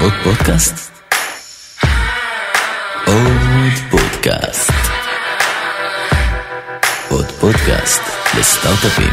עוד פודקאסט? עוד פודקאסט. עוד פודקאסט לסטארט-אפים.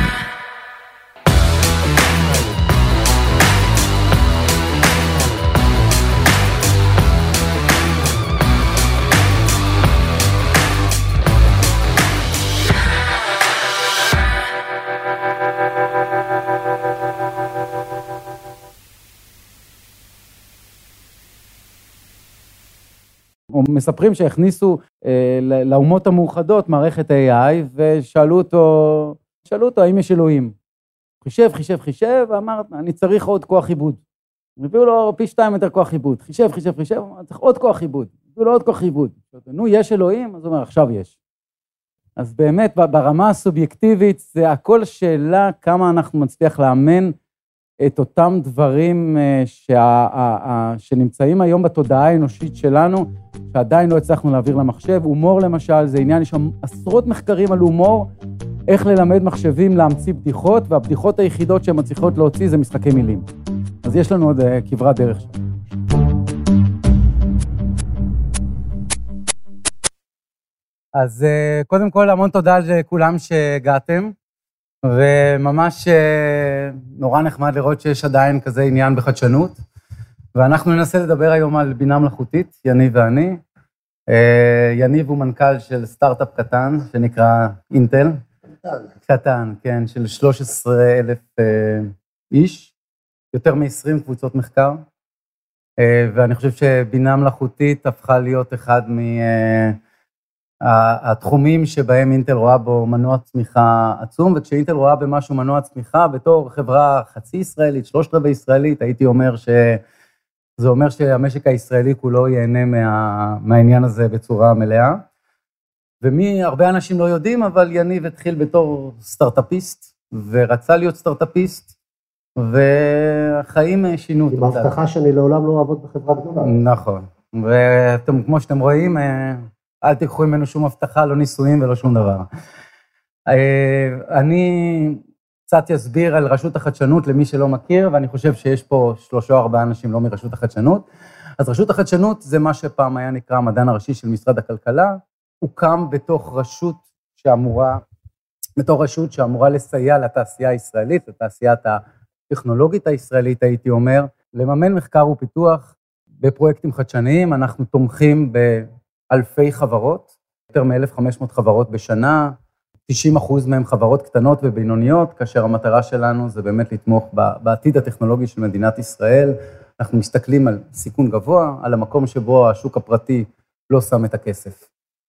מספרים שהכניסו לאומות המאוחדות מערכת AI, ושאלו אותו האם יש אלוהים. חישב, ואמר, אני צריך עוד כוח עיבוד. הביאו לו פי 2 יותר כוח עיבוד. חישב, צריך עוד כוח עיבוד. הביאו לו עוד כוח עיבוד. נו, יש אלוהים? אז הוא אומר, עכשיו יש. אז באמת, ברמה הסובייקטיבית, זה הכל שאלה כמה אנחנו מצליח לאמן את אותם דברים שנמצאים היום בתודעה האנושית שלנו, שעדיין לא הצלחנו להעביר למחשב. הומור למשל, זה עניין, יש שם עשרות מחקרים על הומור, איך ללמד מחשבים להמציא בדיחות, והבדיחות היחידות שהן מצליחות להוציא זה משחקי מילים. אז יש לנו עוד כברת דרך שם. אז קודם כל, המון תודה לכולם שהגעתם, וממש נורא נחמד לראות שיש עדיין כזה עניין בחדשנות, ואנחנו ננסה לדבר היום על בינה מלאכותית, יניב ואני. יניב הוא מנכ"ל של סטארט-אפ קטן, שנקרא אינטל. קטן, כן, של 13,000 איש, יותר מ-20 קבוצות מחקר, ואני חושב שבינה מלאכותית הפכה להיות אחד התחומים שבהם אינטל רואה בו מנוע צמיחה עצום, וכשאינטל רואה במשהו מנוע צמיחה, בתור חברה חצי ישראלית, 3/4 ישראלית, הייתי אומר זה אומר שהמשק הישראלי כולו ייהנה מהעניין הזה בצורה מלאה. הרבה אנשים לא יודעים, אבל יניב התחיל בתור סטארט-אפיסט, ורצה להיות סטארט-אפיסט, והחיים שינו אותו. עם ההבטחה שאני לעולם לא אעבוד בחברה גדולה. נכון, וכמו שאתם רואים, אל תיקחו ממנו שום הבטחה, לא ניסויים ולא שום דבר. אני קצת אסביר על רשות החדשנות למי שלא מכיר, ואני חושב שיש פה 3 או 4 אנשים לא מרשות החדשנות. אז רשות החדשנות זה מה שפעם היה נקרא המדען הראשי של משרד הכלכלה, הוקם בתוך רשות שאמורה לסייע לתעשייה הישראלית, לתעשיית הטכנולוגית הישראלית, הייתי אומר, לממן מחקר ופיתוח בפרויקטים חדשניים. אנחנו תומכים באלפי חברות, יותר מ-1,500 חברות בשנה, 90% מהם חברות קטנות ובינוניות, כאשר המטרה שלנו זה באמת לתמוך בעתיד הטכנולוגי של מדינת ישראל. אנחנו מסתכלים על סיכון גבוה, על המקום שבו השוק הפרטי לא שם את הכסף.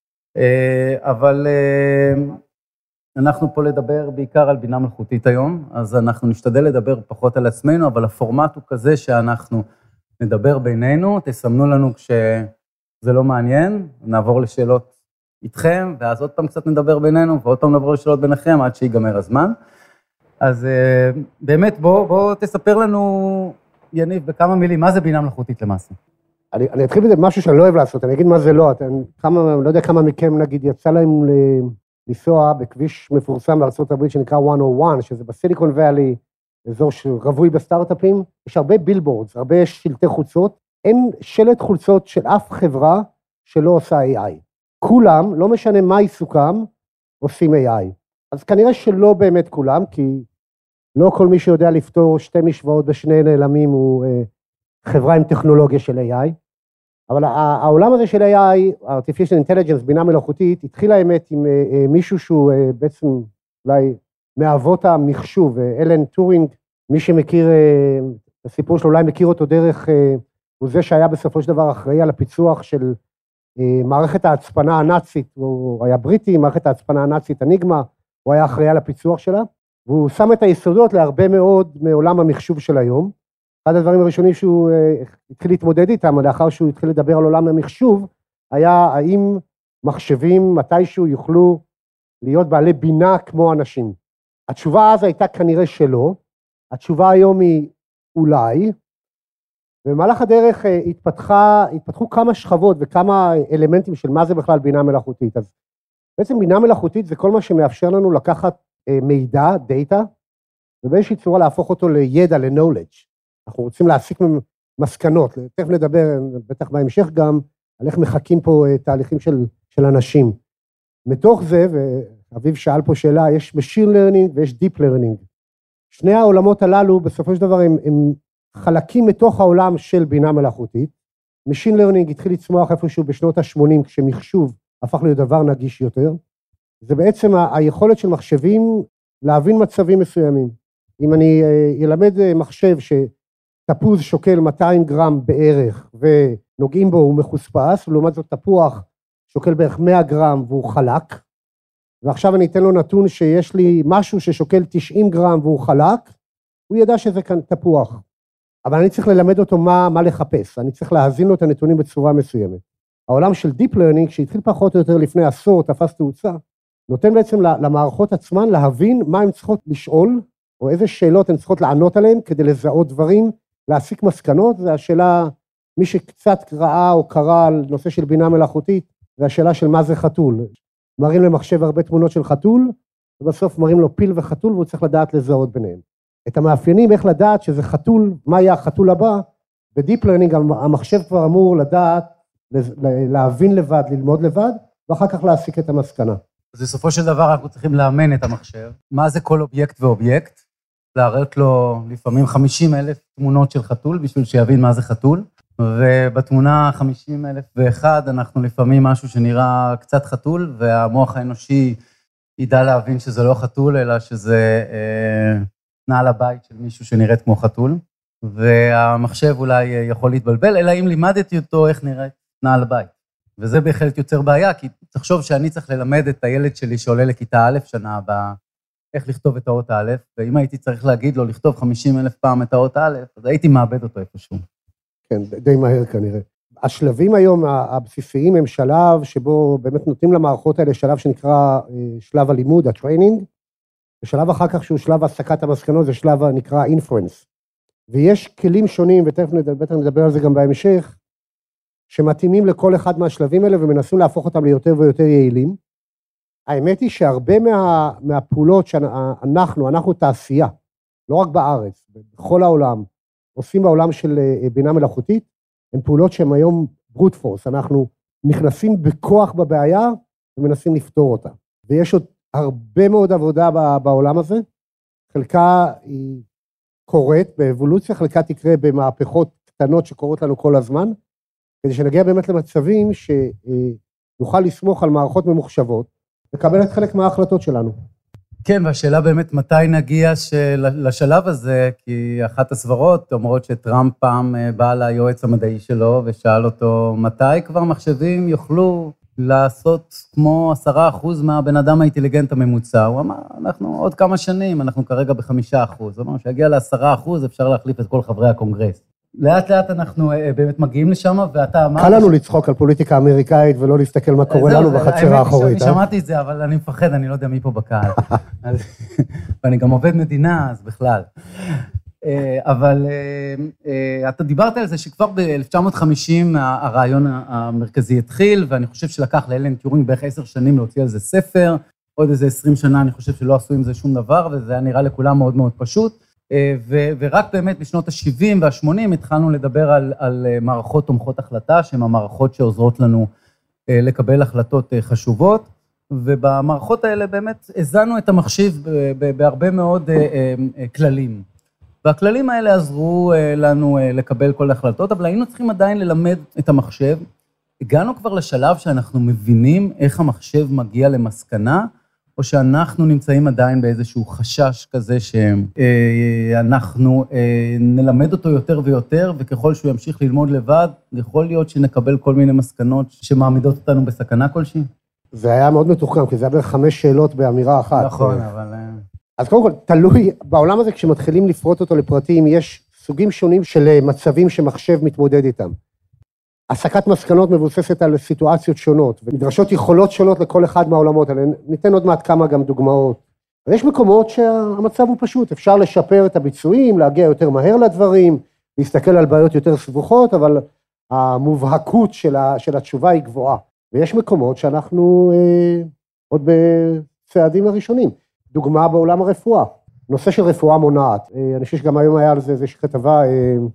אבל אנחנו פה לדבר בעיקר על בינה מלאכותית היום, אז אנחנו נשתדל לדבר פחות על עצמנו, אבל הפורמט הוא כזה שאנחנו נדבר בינינו, תסמנו לנו כשזה לא מעניין, נעבור לשאלות איתכם, ואז עוד פעם קצת נדבר בינינו, ועוד פעם נעבור לשאלות ביניכם, עד שיגמר הזמן. אז באמת בוא תספר לנו, יניב, בכמה מילים, מה זה בינה מלאכותית למעשה? אני אתחיל בזה משהו שאני לא אוהב לעשות, אני אגיד מה זה לא, לא יודע כמה מכם נגיד יצא להם לנסוע בכביש מפורסם בארצות הברית שנקרא 101, שזה בסיליקון ואלי, אזור שרווי בסטארט-אפים, יש הרבה בילבורדס, הרבה שלטי חוצות, אין שלט חולצות של אף חברה שלא עושה AI. כולם, לא משנה מה עיסוקם, עושים AI. אז כנראה שלא באמת כולם, כי לא כל מי שיודע לפתור 2 משוואות בשני נעלמים הוא חברה עם טכנולוגיה של AI. אבל העולם הזה של AI, Artificial Intelligence, בינה מלאכותית, התחיל האמת עם מישהו שהוא בעצם אולי מאבות המחשוב, אלן טורינג, מי שמכיר, הסיפור שלו אולי מכיר אותו דרך, הוא זה שהיה בסופו של דבר אחראי על הפיצוח של מערכת ההצפנה הנאצית, הוא היה בריטי, מערכת ההצפנה הנאצית הניגמה, הוא היה אחראי על הפיצוח שלה, והוא שם את היסודות להרבה מאוד מעולם המחשוב של היום. אחד הדברים הראשונים שהוא התחיל להתמודד איתם, לאחר שהוא התחיל לדבר על עולם המחשוב, היה האם מחשבים מתישהו יוכלו להיות בעלי בינה כמו אנשים. התשובה אז הייתה כנראה שלא, התשובה היום היא אולי, במהלך הדרך התפתחו כמה שכבות וכמה אלמנטים של מה זה בכלל בינה מלאכותית. אז בעצם בינה מלאכותית זה כל מה שמאפשר לנו לקחת מידע, דאטה, ובאיזושהי צורה להפוך אותו לידע, ל-knowledge. אנחנו רוצים להסיק מסקנות. תכף נדבר, בטח בהמשך גם, על איך מחכים פה תהליכים של אנשים. מתוך זה, ואביב שאל פה שאלה, יש Machine Learning ויש Deep Learning. שני העולמות הללו, בסופו של דבר, הם חלקים מתוך העולם של בינה מלאכותית. Machine Learning התחיל לצמוח איפשהו בשנות ה-80, כשמחשוב הפך להיות דבר נגיש יותר. זה בעצם היכולת של מחשבים להבין מצבים מסוימים. אם אני ילמד מחשב שתפוז שוקל 200 גרם בערך, ונוגעים בו הוא מחוספס, ולעומת זאת תפוח שוקל בערך 100 גרם והוא חלק, ועכשיו אני אתן לו נתון שיש לי משהו ששוקל 90 גרם והוא חלק, הוא ידע שזה כאן תפוח. אבל אני צריך ללמד אותו מה לחפש, אני צריך להזין לו את הנתונים בצורה מסוימת. העולם של Deep Learning, שהתחיל פחות או יותר לפני עשור, תפס תאוצה, נותן בעצם למערכות עצמן להבין מה הן צריכות לשאול, או איזה שאלות הן צריכות לענות עליהן, כדי לזהות דברים, להסיק מסקנות, זה השאלה, מי שקצת ראה או קרא על נושא של בינה מלאכותית, זה השאלה של מה זה חתול. מראים למחשב הרבה תמונות של חתול, ובסוף מראים לו פיל וחתול, והוא צריך לדעת לזהות ביניהם. את המאפיינים, איך לדעת שזה חתול, מה יהיה החתול הבא, בדיפ לרנינג המחשב כבר אמור לדעת, להבין לבד, ללמוד לבד, ואחר כך להסיק את המסקנה. אז בסופו של דבר אנחנו צריכים לאמן את המחשב. מה זה כל אובייקט ואובייקט? להראות לו לפעמים 50,000 תמונות של חתול, בשביל שיבין מה זה חתול. ובתמונה 50,001 אנחנו לפעמים משהו שנראה קצת חתול, והמוח האנושי ידע להבין שזה לא חתול, אלא שזה נעל הבית של מישהו שנראית כמו חתול, והמחשב אולי יכול להתבלבל, אלא אם לימדתי אותו איך נראית נעל הבית. וזה בהחלט יוצר בעיה, כי תחשוב שאני צריך ללמד את הילד שלי שעולה לכיתה א' שנה הבאה, איך לכתוב את האות א', ואם הייתי צריך להגיד לו לכתוב 50,000 פעם את האות א', אז הייתי מאבד אותו איפשהו. כן, די מהר כנראה. השלבים היום הבסיסיים הם שלב שבו באמת נותנים למערכות האלה שלב שנקרא שלב הלימוד, הטריינינג, ושלב אחר כך שהוא שלב הסקת המסקנות, זה שלב הנקרא אינפרנס. ויש כלים שונים, ותכף נדבר על זה גם בהמשך, שמתאימים לכל אחד מהשלבים האלה ומנסים להפוך אותם ליותר ויותר יעילים. האמת היא שהרבה מהפעולות שאנחנו תעשייה, לא רק בארץ, בכל העולם, עושים בעולם של בינה מלאכותית, הן פעולות שהן היום ברוט פורס, אנחנו נכנסים בכוח בבעיה ומנסים לפתור אותה. ויש עוד הרבה מאוד עבודה בעולם הזה, חלקה היא קורית באבולוציה, חלקה תקרה במהפכות קטנות שקורות לנו כל הזמן, כדי שנגיע באמת למצבים שנוכל לסמוך על מערכות ממוחשבות, לקבל את חלק מההחלטות שלנו. כן, והשאלה באמת מתי נגיע לשלב הזה, כי אחת הסברות אומרות שטראמפ פעם בא ליועץ המדעי שלו ושאל אותו, מתי כבר מחשבים יוכלו לעשות כמו 10% מהבן אדם האינטליגנט הממוצע? הוא אמר, אנחנו עוד כמה שנים, אנחנו כרגע ב5%. הוא אמר, שיגיע ל10% אפשר להחליף את כל חברי הקונגרס. לאט לאט אנחנו באמת מגיעים לשם, ואתה אמרת... קל לנו לצחוק על פוליטיקה אמריקאית ולא להסתכל מה קורה לנו בחצר האחורית. אני שמעתי את זה, אבל אני מפחד, אני לא יודע מי פה בקהל. ואני גם עובד מדינה, אז בכלל. אבל אתה דיברת על זה שכבר ב-1950 הרעיון המרכזי התחיל, ואני חושב שלקח לאלן טיורינג בערך 10 שנים להוציא על זה ספר, עוד איזה 20 שנה אני חושב שלא עשו עם זה שום דבר, וזה היה נראה לכולם מאוד מאוד פשוט. ורק באמת בשנות ה-70 וה-80 התחלנו לדבר על מערכות תומכות החלטה, שהן המערכות שעוזרות לנו לקבל החלטות חשובות, ובמערכות האלה באמת הזנו את המחשיב בהרבה מאוד כללים. והכללים האלה עזרו לנו לקבל כל ההחלטות, אבל היינו צריכים עדיין ללמד את המחשב. הגענו כבר לשלב שאנחנו מבינים איך המחשב מגיע למסקנה, או שאנחנו נמצאים עדיין באיזשהו חשש כזה שאנחנו נלמד אותו יותר ויותר, וככל שהוא ימשיך ללמוד לבד, יכול להיות שנקבל כל מיני מסקנות שמעמידות אותנו בסכנה כלשהי. זה היה מאוד מתוחכם, כי זה היה בערך 5 שאלות באמירה אחת. נכון, אבל... אז קודם כל, תלוי, בעולם הזה כשמתחילים לפרוט אותו לפרטים, יש סוגים שונים של מצבים שמחשב מתמודד איתם. הסקת מסקנות מבוססת על סיטואציות שונות, ונדרשות יכולות שונות לכל אחד מהעולמות האלה. ניתן עוד מעט כמה גם דוגמאות. יש מקומות שהמצב הוא פשוט, אפשר לשפר את הביצועים, להגיע יותר מהר לדברים, להסתכל על בעיות יותר סבוכות, אבל המובהקות של התשובה היא גבוהה. ויש מקומות שאנחנו עוד בצעדים הראשונים. דוגמה בעולם הרפואה, נושא של רפואה מונעת. אני חושב שגם היום היה על זה איזושהי כתבה,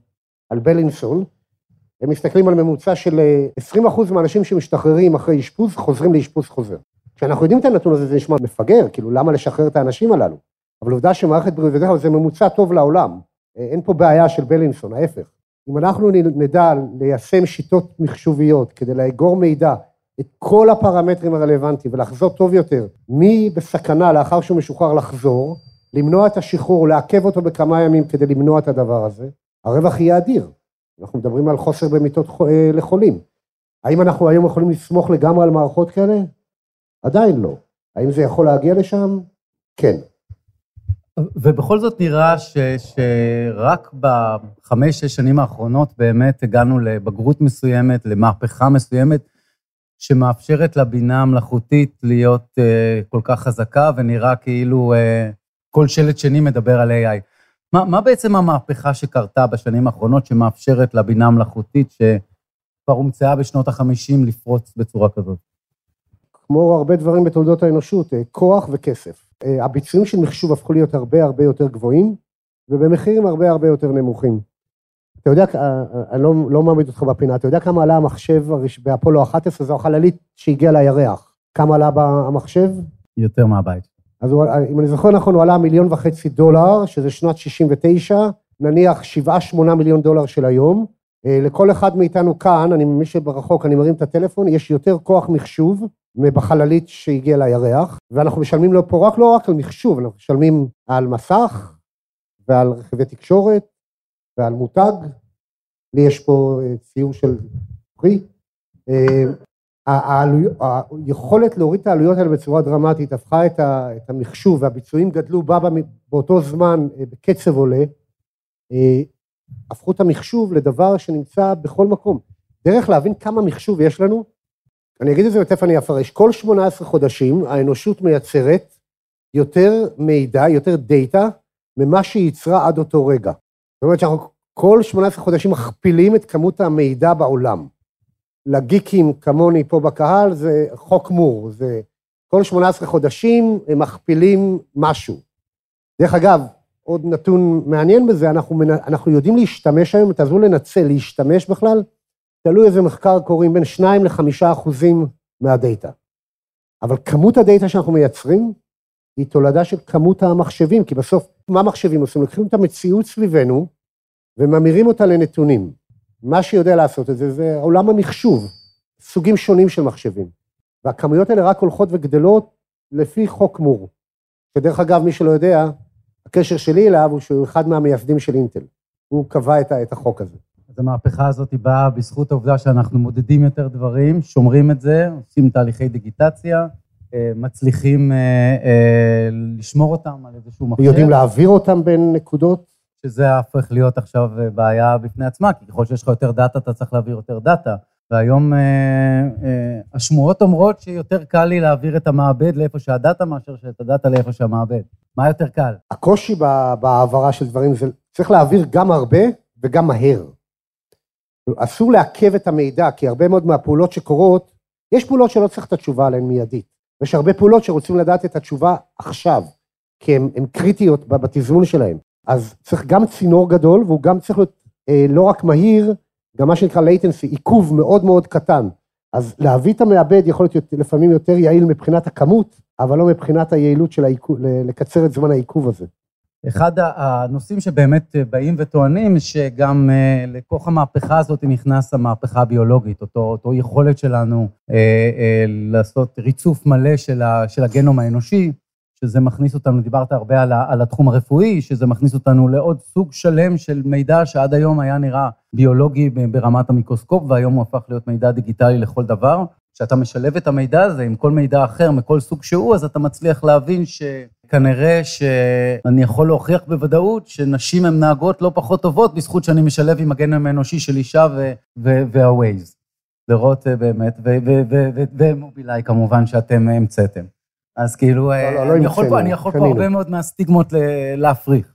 על בלינסון, הם מסתכלים על ממוצע של 20% מהאנשים שמשתחררים אחרי אשפוז, חוזרים לאשפוז חוזר. כשאנחנו יודעים את הנתון הזה, זה נשמע מפגר, כאילו למה לשחרר את האנשים הללו? אבל עובדה שמערכת בריאות זה ממוצע טוב לעולם. אין פה בעיה של בלינסון, ההפך. אם אנחנו נדע ליישם שיטות מחשוביות כדי לאגור מידע את כל הפרמטרים הרלוונטיים ולחזור טוב יותר, מי בסכנה לאחר שהוא משוחרר לחזור, למנוע את השחרור, לעכב אותו בכמה ימים כדי למנוע את הדבר הזה, הרווח יהיה אדיר. אנחנו מדברים על חוסר במיטות לחולים. האם אנחנו היום יכולים לסמוך לגמרי על מערכות כאלה? עדיין לא. האם זה יכול להגיע לשם? כן. ובכל זאת נראה שרק ב5-6 שנים האחרונות באמת הגענו לבגרות מסוימת, למהפכה מסוימת, שמאפשרת לבינה המלאכותית להיות כל כך חזקה, ונראה כאילו כל שלט שני מדבר על AI. מה בעצם המהפכה שקרתה בשנים האחרונות, שמאפשרת לבינה המלאכותית, שכבר הומצאה בשנות ה-50 לפרוץ בצורה כזאת? כמו הרבה דברים בתולדות האנושות, כוח וכסף. הביצועים של מחשוב הפכו להיות הרבה יותר גבוהים, ובמחירים הרבה יותר נמוכים. אתה יודע, אני לא מעמיד אותך בפינה, אתה יודע כמה עלה המחשב באפולו 11, זו החללית שהגיעה לירח. כמה עלה המחשב? יותר מהבית. אז אם אני זוכר נכון, הוא עלה $1.5 מיליון, שזה שנת 69, נניח 7-8 מיליון דולר של היום. לכל אחד מאיתנו כאן, מי שברחוק, אני מרים את הטלפון, יש יותר כוח מחשוב בחללית שהגיעה לירח, ואנחנו משלמים לו פה לא רק על מחשוב, אנחנו משלמים על מסך, ועל רכיבי תקשורת, ועל מותג. לי יש פה ציור של פרי. היכולת להוריד את העלויות האלה בצורה דרמטית, הפכה את המחשוב, והביצועים גדלו באותו זמן בקצב עולה, הפכו את המחשוב לדבר שנמצא בכל מקום. דרך להבין כמה מחשוב יש לנו, אני אגיד את זה ותכף אני אפרש, כל 18 חודשים האנושות מייצרת יותר מידע, יותר דאטה, ממה שייצרה עד אותו רגע. זאת אומרת שאנחנו כל 18 חודשים מכפילים את כמות המידע בעולם. לגיקים כמוני פה בקהל זה חוק מור, זה כל 18 חודשים הם מכפילים משהו. דרך אגב, עוד נתון מעניין בזה, אנחנו יודעים להשתמש היום, תעזרו לנצל, להשתמש בכלל, תלוי איזה מחקר קוראים בין 2-5% מהדאטה. אבל כמות הדאטה שאנחנו מייצרים, היא תולדה של כמות המחשבים, כי בסוף, מה מחשבים עושים? לוקחים את המציאות סביבנו, וממירים אותה לנתונים. מה שיודע לעשות את זה, זה עולם המחשוב, סוגים שונים של מחשבים. והכמויות האלה רק הולכות וגדלות לפי חוק מור. שדרך אגב, מי שלא יודע, הקשר שלי אליו הוא שהוא אחד מהמייסדים של אינטל. הוא קבע את החוק הזה. אז המהפכה הזאת היא באה בזכות העובדה שאנחנו מודדים יותר דברים, שומרים את זה, עושים תהליכי דיגיטציה, מצליחים לשמור אותם על איזשהו מחשב. יודעים להעביר אותם בין נקודות. שזה הפך להיות עכשיו בעיה בפני עצמה, כי ככל שיש לך יותר דאטה, אתה צריך להעביר יותר דאטה. והיום השמועות אומרות שיותר קל לי להעביר את המעבד לאיפה שהדאטה, מאשר שאת הדאטה לאיפה שהמעבד. מה יותר קל? הקושי בהעברה של דברים זה צריך להעביר גם הרבה וגם מהר. אסור לעכב את המידע, כי הרבה מאוד מהפעולות שקורות, יש פעולות שלא צריך את התשובה עליהן מיידית. ויש הרבה פעולות שרוצים לדעת את התשובה עכשיו, כי הן קריטיות בתזמון שלהן. אז צריך גם צינור גדול, והוא גם צריך להיות לא רק מהיר, גם מה שנקרא latency, עיכוב מאוד מאוד קטן. אז להביא את המעבד יכול להיות לפעמים יותר יעיל מבחינת הכמות, אבל לא מבחינת היעילות של לקצר את זמן העיכוב הזה. אחד הנושאים שבאמת באים וטוענים, שגם לכוח המהפכה הזאת נכנס המהפכה הביולוגית, אותו יכולת שלנו לעשות ריצוף מלא של הגנום האנושי, שזה מכניס אותנו, דיברת הרבה על התחום הרפואי, שזה מכניס אותנו לעוד סוג שלם של מידע שעד היום היה נראה ביולוגי ברמת המיקרוסקופ, והיום הוא הפך להיות מידע דיגיטלי לכל דבר. כשאתה משלב את המידע הזה עם כל מידע אחר, מכל סוג שהוא, אז אתה מצליח להבין שכנראה שאני יכול להוכיח בוודאות שנשים הן נהגות לא פחות טובות, בזכות שאני משלב עם הגנום האנושי של אישה והווייז. לראות באמת, ומובילאיי כמובן שאתם המצאתם. אז כאילו, אני יכול פה הרבה מאוד מהסטיגמות להפריך.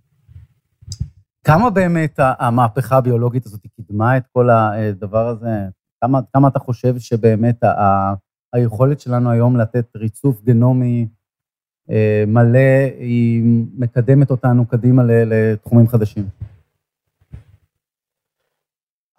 כמה באמת המהפכה הביולוגית הזאת קידמה את כל הדבר הזה? כמה אתה חושב שבאמת היכולת שלנו היום לתת ריצוף גנומי מלא, היא מקדמת אותנו קדימה לתחומים חדשים?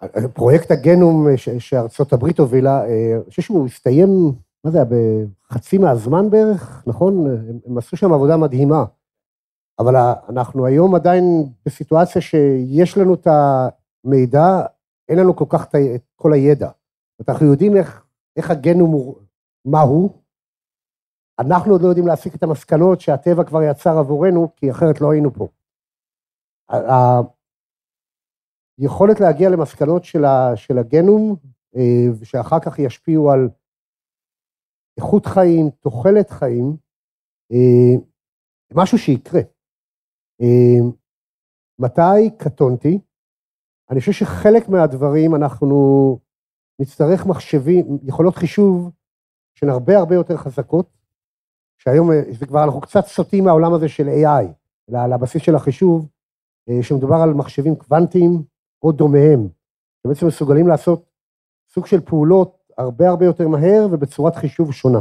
פרויקט הגנום שארצות הברית הובילה, אני חושב שהוא הסתיים, מה זה היה, בחצי מהזמן בערך, נכון? הם עשו שם עבודה מדהימה, אבל אנחנו היום עדיין בסיטואציה שיש לנו את המידע, אין לנו כל כך את כל הידע. אנחנו יודעים איך הגנום הוא, מה הוא, אנחנו עוד לא יודעים להסיק את המסקנות שהטבע כבר יצר עבורנו, כי אחרת לא היינו פה. היכולת להגיע למסקנות של הגנום, ושאחר כך ישפיעו על איכות חיים, תוחלת חיים, משהו שיקרה. מתי קטונתי? אני חושב שחלק מהדברים אנחנו נצטרך מחשבים, יכולות חישוב, שהן הרבה יותר חזקות, שהיום זה כבר אנחנו קצת סוטים מהעולם הזה של AI, לבסיס של החישוב, שמדובר על מחשבים קוונטיים או דומיהם, שבעצם מסוגלים לעשות סוג של פעולות הרבה יותר מהר ובצורת חישוב שונה.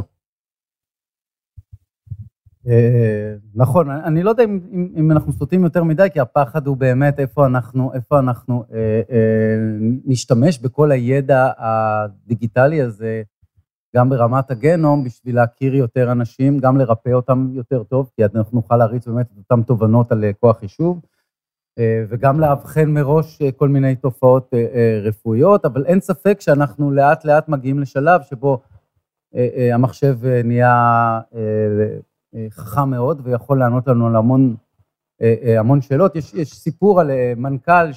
נכון, אני לא יודע אם אנחנו סוטים יותר מדי, כי הפחד הוא באמת איפה אנחנו נשתמש בכל הידע הדיגיטלי הזה, גם ברמת הגנום, בשביל להכיר יותר אנשים, גם לרפא אותם יותר טוב, כי אנחנו נוכל להריץ באמת את אותם תובנות על כוח חישוב, וגם להבחן מראש כל מיני תופעות רפואיות, אבל אין ספק שאנחנו לאט מגיעים לשלב שבו המחשב נהיה חכם מאוד, ויכול לענות לנו על המון שאלות. יש סיפור על מנכ"ל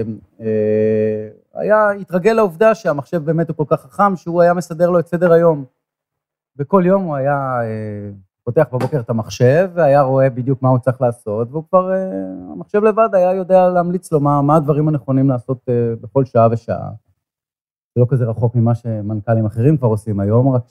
התרגל לעובדה שהמחשב באמת הוא כל כך חכם, שהוא היה מסדר לו את סדר היום. בכל יום הוא היה פותח בבוקר את המחשב, והיה רואה בדיוק מה הוא צריך לעשות, והוא כבר, המחשב לבד היה יודע להמליץ לו מה הדברים הנכונים לעשות בכל שעה ושעה. זה לא כזה רחוק ממה שמנכ"לים אחרים כבר עושים היום, רק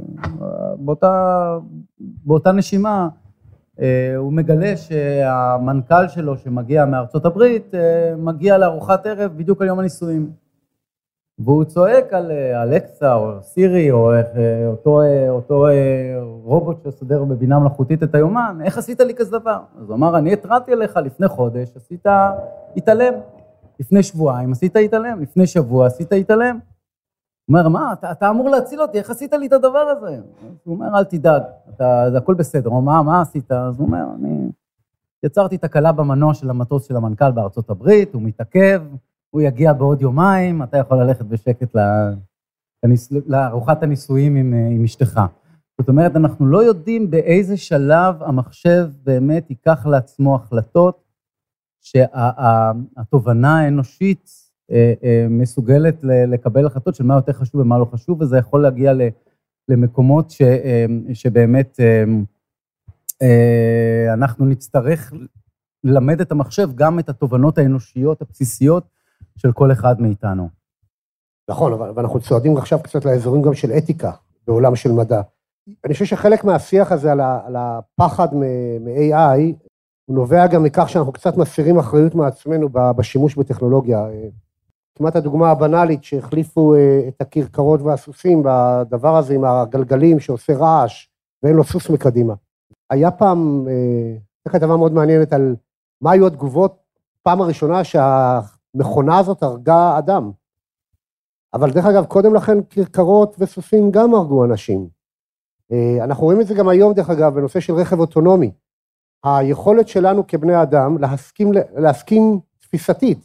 שבאותה נשימה, הוא מגלה שהמנכ"ל שלו שמגיע מארצות הברית, מגיע לארוחת ערב בדיוק על יום הנישואים. והוא צועק על אלקסה או סירי או אותו רובוט שסודר בבינה מלאכותית את היומן, איך עשית לי כזה דבר? אז הוא אמר, אני התרעתי עליך לפני חודש, עשית התעלם. לפני שבועיים עשית התעלם, לפני שבוע עשית התעלם. הוא אומר, מה, אתה אמור להציל אותי, איך עשית לי את הדבר הזה? הוא אומר, אל תדאג, זה הכל בסדר. הוא אומר, מה עשית? אז הוא אומר, אני יצרתי תקלה במנוע של המטוס של המנכ"ל בארצות הברית, הוא מתעכב, הוא יגיע בעוד יומיים, אתה יכול ללכת בשקט לארוחת הנישואים עם אשתך. זאת אומרת, אנחנו לא יודעים באיזה שלב המחשב באמת ייקח לעצמו החלטות, שהתובנה האנושית מסוגלת לקבל החלטות של מה יותר חשוב ומה לא חשוב, וזה יכול להגיע למקומות שבאמת אנחנו נצטרך ללמד את המחשב גם את התובנות האנושיות הבסיסיות של כל אחד מאיתנו. נכון, אבל אנחנו צועדים עכשיו קצת לאזורים גם של אתיקה בעולם של מדע. אני חושב שחלק מהשיח הזה על הפחד מ-AI, הוא נובע גם מכך שאנחנו קצת מסירים אחריות מעצמנו בשימוש בטכנולוגיה. כמעט הדוגמה הבנאלית שהחליפו את הכרכרות והסוסים בדבר הזה עם הגלגלים שעושה רעש ואין לו סוס מקדימה. היה פעם כתבה מאוד מעניינת על מה היו התגובות פעם הראשונה שהמכונה הזאת הרגה אדם. אבל דרך אגב, קודם לכן כרכרות וסוסים גם הרגו אנשים. אנחנו רואים את זה גם היום דרך אגב בנושא של רכב אוטונומי. היכולת שלנו כבני אדם להסכים תפיסתית,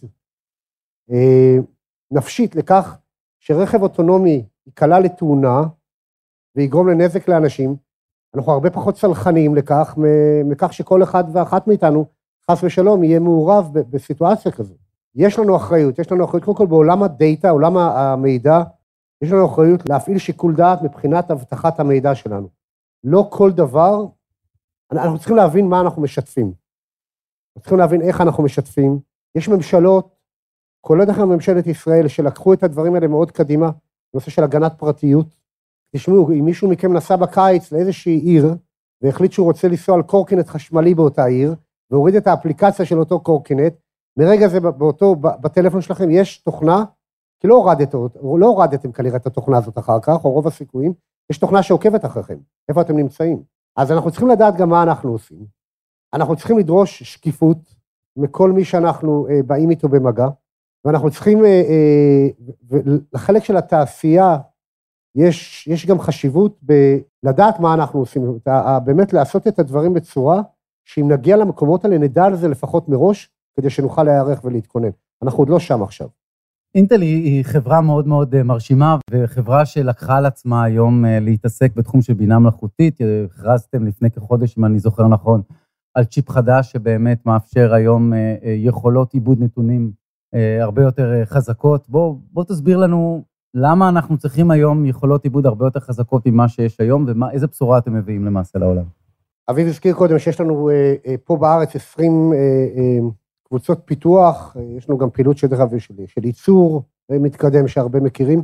נפשית לכך שרכב אוטונומי יקלע לתאונה ויגרום לנזק לאנשים, אנחנו הרבה פחות סלחניים מכך שכל אחד ואחת מאיתנו, חס ושלום, יהיה מעורב בסיטואציה כזו. יש לנו אחריות קודם כל בעולם הדאטה, עולם המידע, יש לנו אחריות להפעיל שיקול דעת מבחינת הבטחת המידע שלנו. לא כל דבר, אנחנו צריכים להבין מה אנחנו משתפים. אנחנו צריכים להבין איך אנחנו משתפים. יש ממשלות, כולל דרך ממשלת ישראל, שלקחו את הדברים האלה מאוד קדימה, בנושא של הגנת פרטיות. תשמעו, אם מישהו מכם נסע בקיץ לאיזושהי עיר, והחליט שהוא רוצה לנסוע על קורקינט חשמלי באותה עיר, והוריד את האפליקציה של אותו קורקינט, מרגע זה בטלפון שלכם יש תוכנה, כי לא הורדתם כנראה את התוכנה הזאת אחר כך, או רוב הסיכויים, יש תוכנה שעוקבת אחריכם, איפה אתם נמצאים. אז אנחנו צריכים לדעת גם מה אנחנו עושים. אנחנו צריכים לדרוש שקיפות מכל מי שאנחנו באים איתו במגע, ואנחנו צריכים, לחלק של התעשייה, יש גם חשיבות בלדעת מה אנחנו עושים, באמת לעשות את הדברים בצורה, שאם נגיע למקומות האלה, נדע על זה לפחות מראש, כדי שנוכל להיערך ולהתכונן. אנחנו עוד לא שם עכשיו. אינטל היא חברה מאוד מאוד מרשימה, וחברה שלקחה על עצמה היום להתעסק בתחום של בינה מלאכותית. הכרזתם לפני כחודש, אם אני זוכר נכון, על צ'יפ חדש שבאמת מאפשר היום יכולות עיבוד נתונים הרבה יותר חזקות. בוא תסביר לנו למה אנחנו צריכים היום יכולות עיבוד הרבה יותר חזקות ממה שיש היום, ואיזה בשורה אתם מביאים למעשה לעולם. אביב הזכיר קודם שיש לנו פה בארץ 20 קבוצות פיתוח, יש לנו גם פעילות של ייצור מתקדם שהרבה מכירים.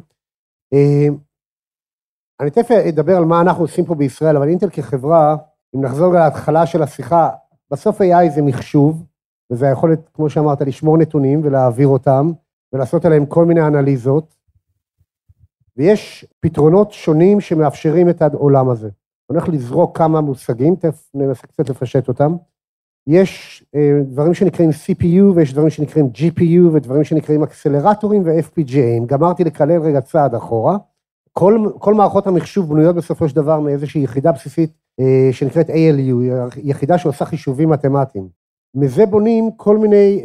אני תכף אדבר על מה אנחנו עושים פה בישראל, אבל אינטל כחברה, אם נחזור להתחלה של השיחה, בסוף AI זה מחשוב, וזה היכולת, כמו שאמרת, לשמור נתונים ולהעביר אותם, ולעשות עליהם כל מיני אנליזות, ויש פתרונות שונים שמאפשרים את העולם הזה. אני הולך לזרוק כמה מושגים, תכף ננסה קצת לפשט אותם. יש דברים שנקראים CPU, ויש דברים שנקראים GPU, ודברים שנקראים אקסלרטורים ו-FPGA. גמרתי לקלל רגע צעד אחורה. כל מערכות המחשוב בנויות בסופו של דבר מאיזושהי יחידה בסיסית שנקראת ALU, יחידה שעושה חישובים מתמטיים. מזה בונים כל מיני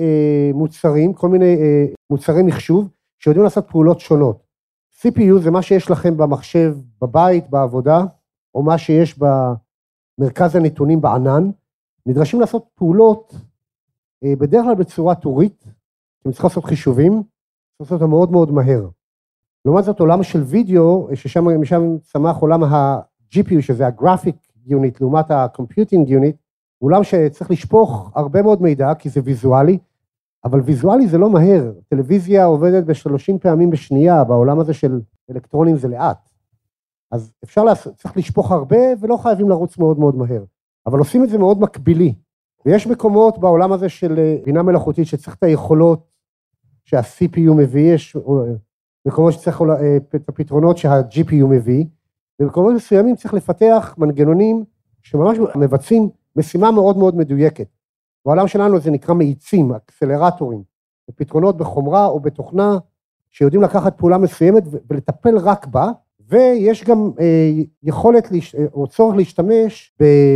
מוצרי מחשוב, שיודעים לעשות פעולות שונות. CPU זה מה שיש לכם במחשב, בבית, בעבודה, או מה שיש במרכז הנתונים בענן, נדרשים לעשות פעולות בדרך כלל בצורה טורית, אתם צריכים לעשות חישובים, צריך לעשות אותם מאוד מאוד מהר. לעומת זאת עולם של וידאו, ששם צמח עולם ה-GPU, שזה ה-Graphic Unit, לעומת ה-Computing Unit, עולם שצריך לשפוך הרבה מאוד מידע, כי זה ויזואלי, אבל ויזואלי זה לא מהר, טלוויזיה עובדת ב-30 פעמים בשנייה, בעולם הזה של אלקטרונים זה לאט. אז צריך לשפוך הרבה, ולא חייבים לרוץ מאוד מאוד מהר. אבל עושים את זה מאוד מקבילי, ויש מקומות בעולם הזה של בינה מלאכותית, שצריך את היכולות שה-CPU מביא, יש מקומות שצריך את הפתרונות שה-GPU מביא, ובמקומות מסוימים צריך לפתח מנגנונים, שממש מבצעים משימה מאוד מאוד מדויקת. בעולם שלנו זה נקרא מאיצים, אקסלרטורים, פתרונות בחומרה או בתוכנה, שיודעים לקחת פעולה מסוימת ולטפל רק בה, ויש גם יכולת או צורך להשתמש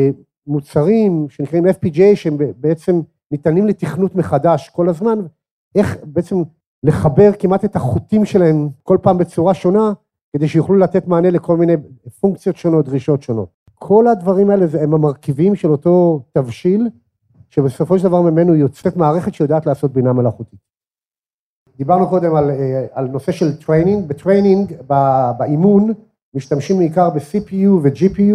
במוצרים שנקראים FPGA, שהם בעצם ניתנים לתכנות מחדש כל הזמן, איך בעצם לחבר כמעט את החוטים שלהם כל פעם בצורה שונה, כדי שיוכלו לתת מענה לכל מיני פונקציות שונות, דרישות שונות. כל הדברים האלה הם המרכיבים של אותו תבשיל, שבסופו של דבר ממנו יוצאת מערכת שיודעת לעשות בינה מלאכותית. דיברנו קודם על נושא של טריינינג, בטריינינג, באימון, משתמשים בעיקר ב-CPU ו-GPU.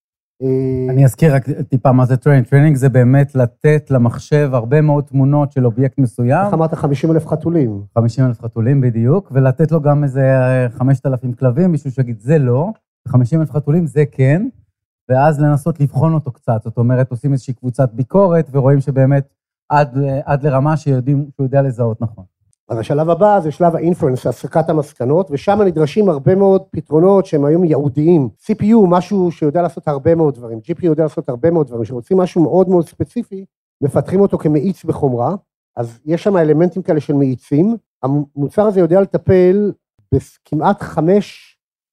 אני אזכיר רק טיפה מה זה טריינינג. טריינינג זה באמת לתת למחשב הרבה מאוד תמונות של אובייקט מסוים. איך אמרת 50,000 חתולים? 50,000 חתולים בדיוק, ולתת לו גם איזה 5,000 כלבים, מישהו שיגיד זה לא, 50,000 חתולים זה כן, ואז לנסות לבחון אותו קצת, זאת אומרת, עושים איזושהי קבוצת ביקורת, ורואים שבאמת עד לרמה שהוא יודע לזהות נכון. אז השלב הבא זה שלב האינפרנס, הסקת המסקנות, ושם נדרשים הרבה מאוד פתרונות שהם היום ייעודיים. CPU, משהו שיודע לעשות הרבה מאוד דברים, GPU יודע לעשות הרבה מאוד דברים, שרוצים משהו מאוד מאוד ספציפי, מפתחים אותו כמאיץ בחומרה, אז יש שם אלמנטים כאלה של מאיצים, המוצר הזה יודע לטפל בכמעט 5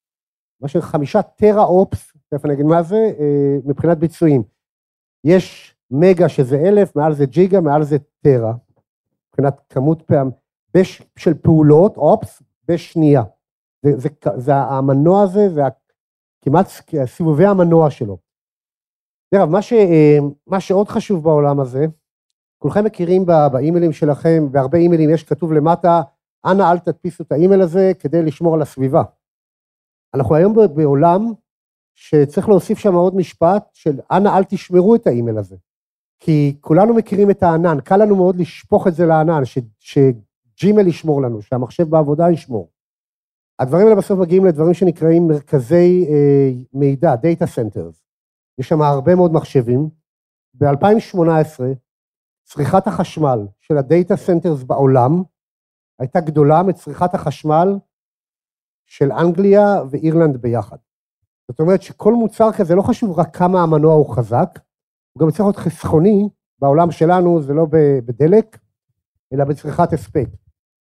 טרה-אופס, תכף אני אגיד מה זה, מבחינת ביצועים. יש מגה שזה 1,000, מעל זה ג'יגה, מעל זה טרה, מבחינת כמות פעם, של פעולות, אופס, בשנייה. זה המנוע הזה, זה כמעט סיבובי המנוע שלו. דרך, מה שעוד חשוב בעולם הזה, כולכם מכירים באימיילים שלכם, בהרבה אימיילים יש כתוב למטה, אנא אל תדפיסו את האימייל הזה כדי לשמור על הסביבה. אנחנו היום בעולם שצריך להוסיף שם עוד משפט של אנא אל תשמרו את האימייל הזה. כי כולנו מכירים את הענן, קל לנו מאוד לשפוך את זה לענן, שג'ימייל ישמור לנו, שהמחשב בעבודה ישמור. הדברים האלה בסוף מגיעים לדברים שנקראים מרכזי מידע, Data Centers. יש שם הרבה מאוד מחשבים. ב-2018, צריכת החשמל של ה-Data Centers בעולם, הייתה גדולה מצריכת החשמל של אנגליה ואירלנד ביחד. זאת אומרת שכל מוצר כזה, לא חשוב רק כמה המנוע הוא חזק, הוא גם צריך להיות חסכוני, בעולם שלנו זה לא בדלק, אלא בצריכת הספק.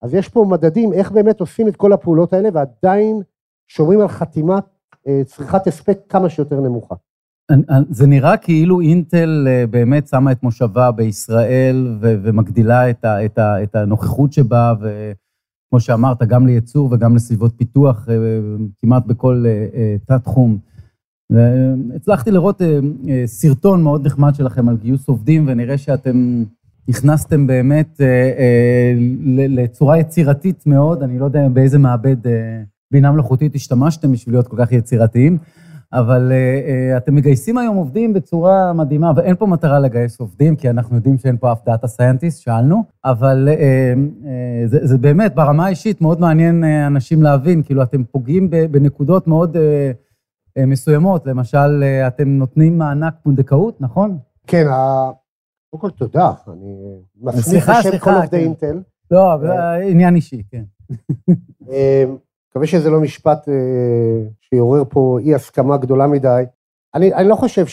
אז יש פה מדדים איך באמת עושים את כל הפעולות האלה, ועדיין שומרים על חתימת צריכת הספק כמה שיותר נמוכה. זה נראה כאילו אינטל באמת שמה את מושבה בישראל ומגדילה את הנוכחות שבה, וכמו שאמרת, גם לייצור וגם לסביבות פיתוח, כמעט בכל תת-תחום. הצלחתי לראות סרטון מאוד נחמד שלכם על גיוס עובדים, ונראה שאתם נכנסתם באמת לצורה יצירתית מאוד, אני לא יודע באיזה מעבד בינה מלאכותית השתמשתם בשביל להיות כל כך יצירתיים, אבל אתם מגייסים היום עובדים בצורה מדהימה, ואין פה מטרה לגייס עובדים, כי אנחנו יודעים שאין פה אף דאטה סיינטיסט, שאלנו, אבל זה באמת ברמה האישית מאוד מעניין אנשים להבין, כאילו אתם פוגעים בנקודות מאוד מסוימות, למשל אתם נותנים מענק פונדקאות, נכון? כן, קודם כל תודה, אני מסמיך לשם כל עובדי אינטל. לא, עניין אישי, כן. מקווה שזה לא משפט שיעורר פה אי הסכמה גדולה מדי. אני לא חושב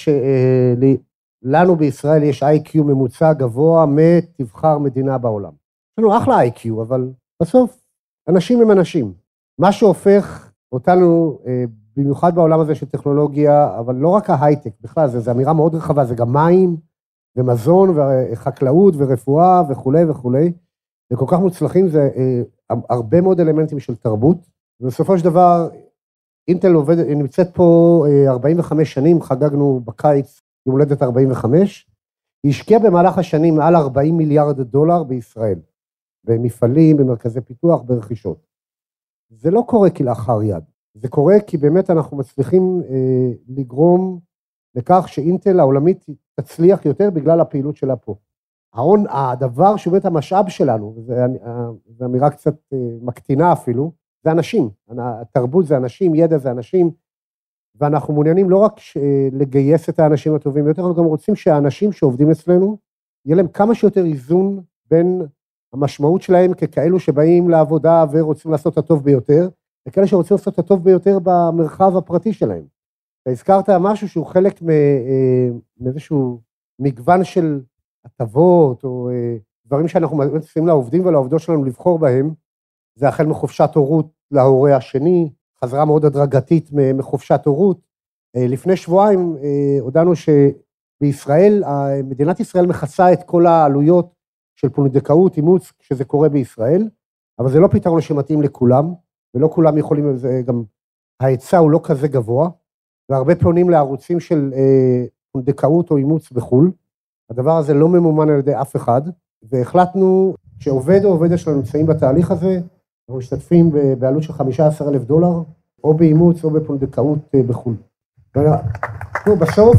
שלנו בישראל יש IQ ממוצע גבוה מתבחר מדינה בעולם. יש לנו אחלה IQ, אבל בסוף אנשים הם אנשים. מה שהופך אותנו, במיוחד בעולם הזה של טכנולוגיה, אבל לא רק ההייטק, בכלל, זו אמירה מאוד רחבה, זה גם מים ומזון וחקלאות ורפואה וכו' וכו'. וכל כך מוצלחים, זה הרבה מאוד אלמנטים של תרבות, ובסופו של דבר, אינטל נמצאת פה 45 שנים, חגגנו בקיץ יום הולדת 45, היא השקיעה במהלך השנים מעל 40 מיליארד דולר בישראל, במפעלים, במרכזי פיתוח, ברכישות. זה לא קורה כלאחר יד, זה קורה כי באמת אנחנו מצליחים לגרום לכך שאינטל העולמית תצליח יותר בגלל הפעילות שלה פה. הדבר שהוא באמת המשאב שלנו, זו אמירה קצת מקטינה אפילו, זה אנשים, התרבות זה אנשים, ידע זה אנשים, ואנחנו מעוניינים לא רק לגייס את האנשים הטובים יותר, אנחנו גם רוצים שהאנשים שעובדים אצלנו, יהיה להם כמה שיותר איזון בין המשמעות שלהם ככאלו שבאים לעבודה ורוצים לעשות את הטוב ביותר, וכאלה שרוצים לעשות את הטוב ביותר במרחב הפרטי שלהם. אתה הזכרת משהו שהוא חלק מאיזשהו מגוון של הטבות, או דברים שאנחנו מציעים לעובדים ולעובדות שלנו לבחור בהם, זה החל מחופשת הורות להורה השני, חזרה מאוד הדרגתית מחופשת הורות. לפני שבועיים הודענו שבישראל, מדינת ישראל מכסה את כל העלויות של פונדקאות, אימוץ, כשזה קורה בישראל, אבל זה לא פתרון שמתאים לכולם, ולא כולם יכולים, גם ההיצע הוא לא כזה גבוה, והרבה פונים לערוצים של פונדקאות או אימוץ בחו"ל, הדבר הזה לא ממומן על ידי אף אחד, והחלטנו שעובד או עובדת שלנו נמצאים בתהליך הזה, אנחנו משתתפים בעלות של $15,000, או באימוץ או בפונדקאות בחו"ל. בסוף,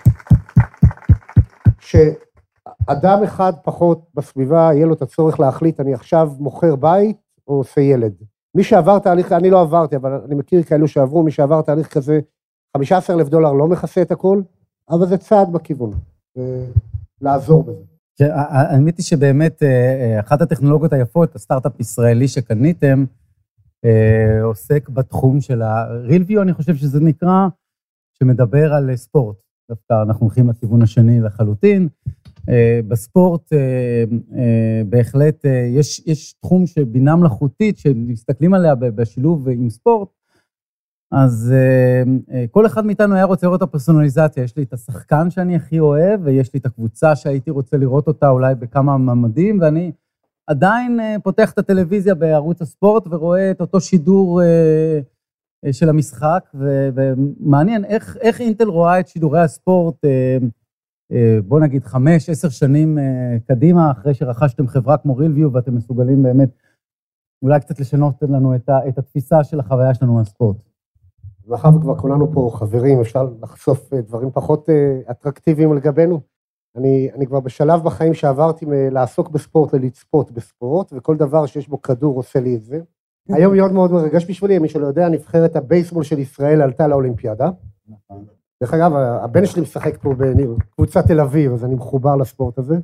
שאדם אחד פחות בסביבה, יהיה לו את הצורך להחליט, אני עכשיו מוכר בית או עושה ילד. מי שעבר תהליך, אני לא עברתי, אבל אני מכיר כאלו שעברו, מי שעבר תהליך כזה, $15,000 לא מכסה את הכל, אבל זה צעד בכיוון, לעזור בזה. האמת היא שבאמת, אחת הטכנולוגיות היפות, הסטארט-אפ ישראלי שקניתם, עוסק בתחום של ה-RealView, אני חושב שזה נקרא, שמדבר על ספורט. דווקא אנחנו הולכים לכיוון השני לחלוטין. בספורט, בהחלט, יש תחום שבינה מלאכותית, שמסתכלים עליה בשילוב עם ספורט, אז כל אחד מאיתנו היה רוצה לראות את הפרסונליזציה, יש לי את השחקן שאני הכי אוהב, ויש לי את הקבוצה שהייתי רוצה לראות אותה אולי בכמה ממדים, ואני עדיין פותח את הטלוויזיה בערוץ הספורט, ורואה את אותו שידור של המשחק, ומעניין איך אינטל רואה את שידורי הספורט, בוא נגיד 5-10 שנים קדימה, אחרי שרכשתם חברה כמו RealView, ואתם מסוגלים באמת אולי קצת לשנות לנו את התפיסה של החוויה שלנו מהספורט. מאחר וכבר כולנו פה חברים, אפשר לחשוף דברים פחות אטרקטיביים לגבינו. אני כבר בשלב בחיים שעברתי לעסוק בספורט, לצפות בספורט, וכל דבר שיש בו כדור עושה לי את זה. היום מאוד מאוד מרגש בשבילי, מי שלא יודע, נבחרת הבייסבול של ישראל עלתה לאולימפיאדה. דרך אגב, הבן שלי משחק פה בקבוצת תל אביב, אז אני מחובר לספורט הזה.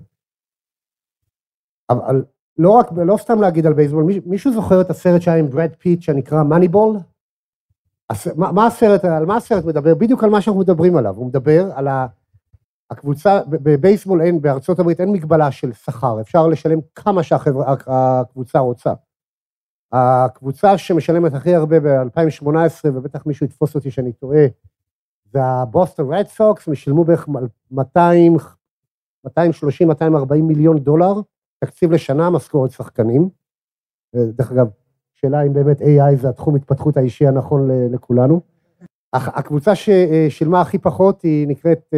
אבל לא סתם להגיד על בייסבול, מישהו זוכר את הסרט שהיה עם ברד פיט שנקרא Moneyball? על מה הסרט מדבר? בדיוק על מה שאנחנו מדברים עליו. הוא מדבר על הקבוצה, בבייסבול בארצות הברית אין מגבלה של שכר, אפשר לשלם כמה שהקבוצה רוצה. הקבוצה שמשלמת הכי הרבה ב-2018, ובטח מישהו יתפוס אותי שאני טועה, זה הבוסטון רד סוקס, הם שילמו בערך 230-240 מיליון דולר, תקציב לשנה, משכורת שחקנים. דרך אגב, שאלה אם באמת AI זה התחום התפתחות האישי הנכון לכולנו. הקבוצה ששילמה הכי פחות היא נקראת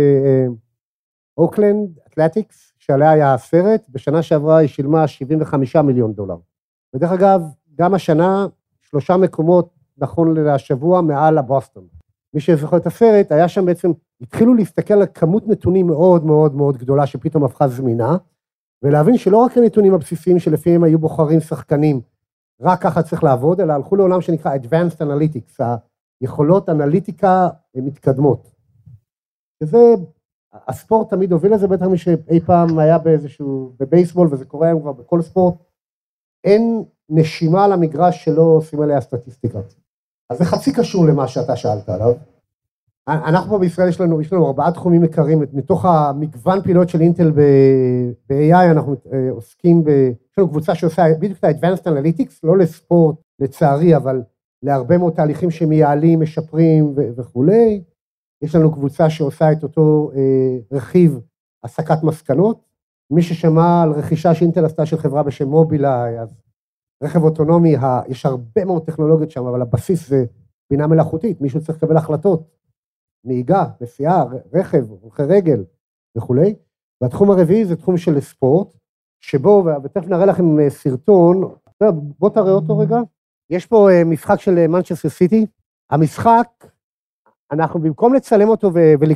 אוקלנד אתלטיקס, שעליה היה הסרט, בשנה שעברה היא שילמה 75 מיליון דולר. ודרך אגב, גם השנה, 3 מקומות נכון לשבוע מעל הבוסטון. מי שזוכר את הסרט, היה שם בעצם, התחילו להסתכל על כמות נתונים מאוד מאוד מאוד גדולה, שפתאום הפכה זמינה, ולהבין שלא רק הנתונים הבסיסיים שלפיהם היו בוחרים שחקנים, רק ככה צריך לעבוד, אלא הלכו לעולם שנקרא Advanced Analytics, היכולות אנליטיקה מתקדמות. וזה, הספורט תמיד הוביל לזה, בטח מי שאי פעם היה באיזשהו, בבייסבול, וזה קורה היום כבר בכל ספורט, אין נשימה למגרש שלא עושים עליה סטטיסטיקה. אז זה חצי קשור למה שאתה שאלת עליו. אנחנו פה בישראל יש לנו 4 תחומים עיקריים, מתוך המגוון פעילות של אינטל ב-AI, אנחנו עוסקים יש לנו קבוצה שעושה בדיוק את ה-Advanced Analytics, לא לספורט לצערי, אבל להרבה מאוד תהליכים שמייעלים, משפרים וכו'. יש לנו קבוצה שעושה את אותו רכיב הסקת מסקנות. מי ששמע על רכישה שאינטל עשתה של חברה בשם מובילאיי, אז רכב אוטונומי, יש הרבה מאוד טכנולוגיות שם, אבל הבסיס זה בינה מלאכותית, מישהו צריך לקבל החלטות, נהיגה, נסיעה, רכב, הולכי רגל וכו'. והתחום הרביעי זה תחום של ספורט, שבו, ותכף נראה לכם סרטון, בוא תראה אותו רגע. יש פה משחק של מנצ'סטר סיטי, המשחק, אנחנו במקום לצלם אותו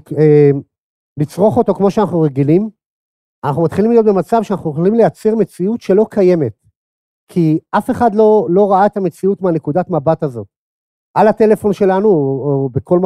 ולצרוך אותו כמו שאנחנו רגילים, אנחנו מתחילים להיות במצב שאנחנו יכולים לייצר מציאות שלא קיימת, כי אף אחד לא ראה את המציאות מהנקודת מבט הזאת. על הטלפון שלנו, או בכל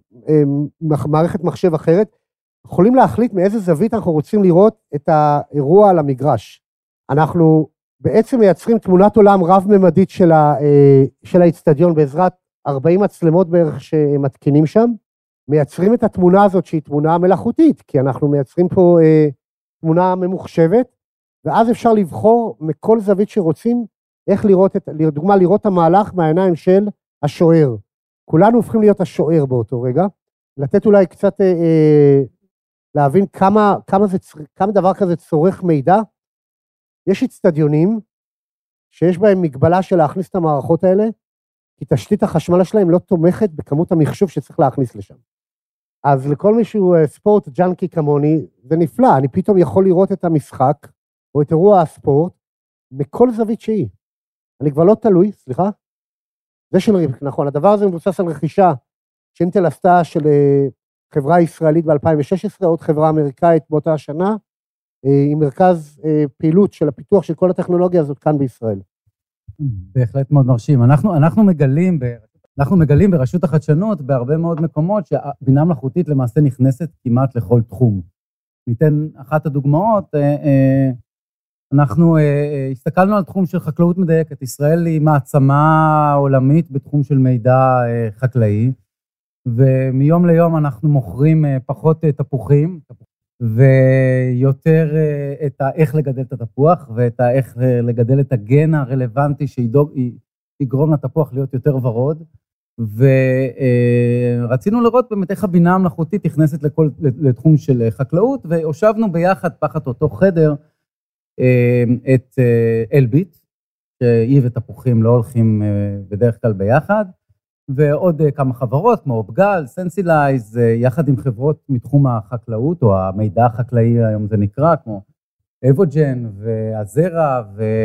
מערכת מחשב אחרת, יכולים להחליט מאיזה זווית אנחנו רוצים לראות את האירוע על המגרש. אנחנו בעצם מייצרים תמונת עולם רב-ממדית של האצטדיון, בעזרת 40 מצלמות בערך שמתקינים שם, מייצרים את התמונה הזאת שהיא תמונה מלאכותית, כי אנחנו מייצרים פה תמונה ממוחשבת, ואז אפשר לבחור מכל זווית שרוצים, איך לראות, לדוגמה, לראות המהלך מהעיניים של השוער. כולנו הופכים להיות השוער באותו רגע, לתת אולי קצת להבין כמה דבר כזה צורך מידע. יש אצטדיונים שיש בהם מגבלה של להכניס את המערכות האלה, כי תשתית החשמל שלהם לא תומכת בכמות המחשוב שצריך להכניס לשם. אז לכל מישהו ספורט ג'אנקי כמוני, זה נפלא, אני פתאום יכול לראות את המשחק, או את אירוע הספורט, מכל זווית שהיא. אני כבר לא תלוי, סליחה? זה של נכון, הדבר הזה מבוסס על רכישה, שאינטל עשתה של חברה ישראלית ב-2016, עוד חברה אמריקאית באותה השנה, עם מרכז פעילות של הפיתוח של כל הטכנולוגיה הזאת כאן בישראל. בהחלט מאוד מרשים. אנחנו מגלים ברשות החדשנות בהרבה מאוד מקומות שהבינה מלאכותית למעשה נכנסת כמעט לכל תחום. ניתן אחת הדוגמאות, אנחנו הסתכלנו על תחום של חקלאות מדייקת. ישראל היא מעצמה עולמית בתחום של מידע חקלאי, ומיום ליום אנחנו מוכרים פחות תפוחים, ויותר את איך לגדל את התפוח, ואת איך לגדל את הגן הרלוונטי שיגרום לתפוח להיות יותר ורוד, ורצינו לראות באמת איך הבינה המלאכותית נכנסת לתחום של חקלאות, והושבנו ביחד תחת אותו חדר את אלביט, שהיא ותפוחים לא הולכים בדרך כלל ביחד, ועוד כמה חברות כמו אופגל, סנסילייז, יחד עם חברות מתחום החקלאות, או המידע החקלאי היום זה נקרא, כמו אבוג'ן והזרע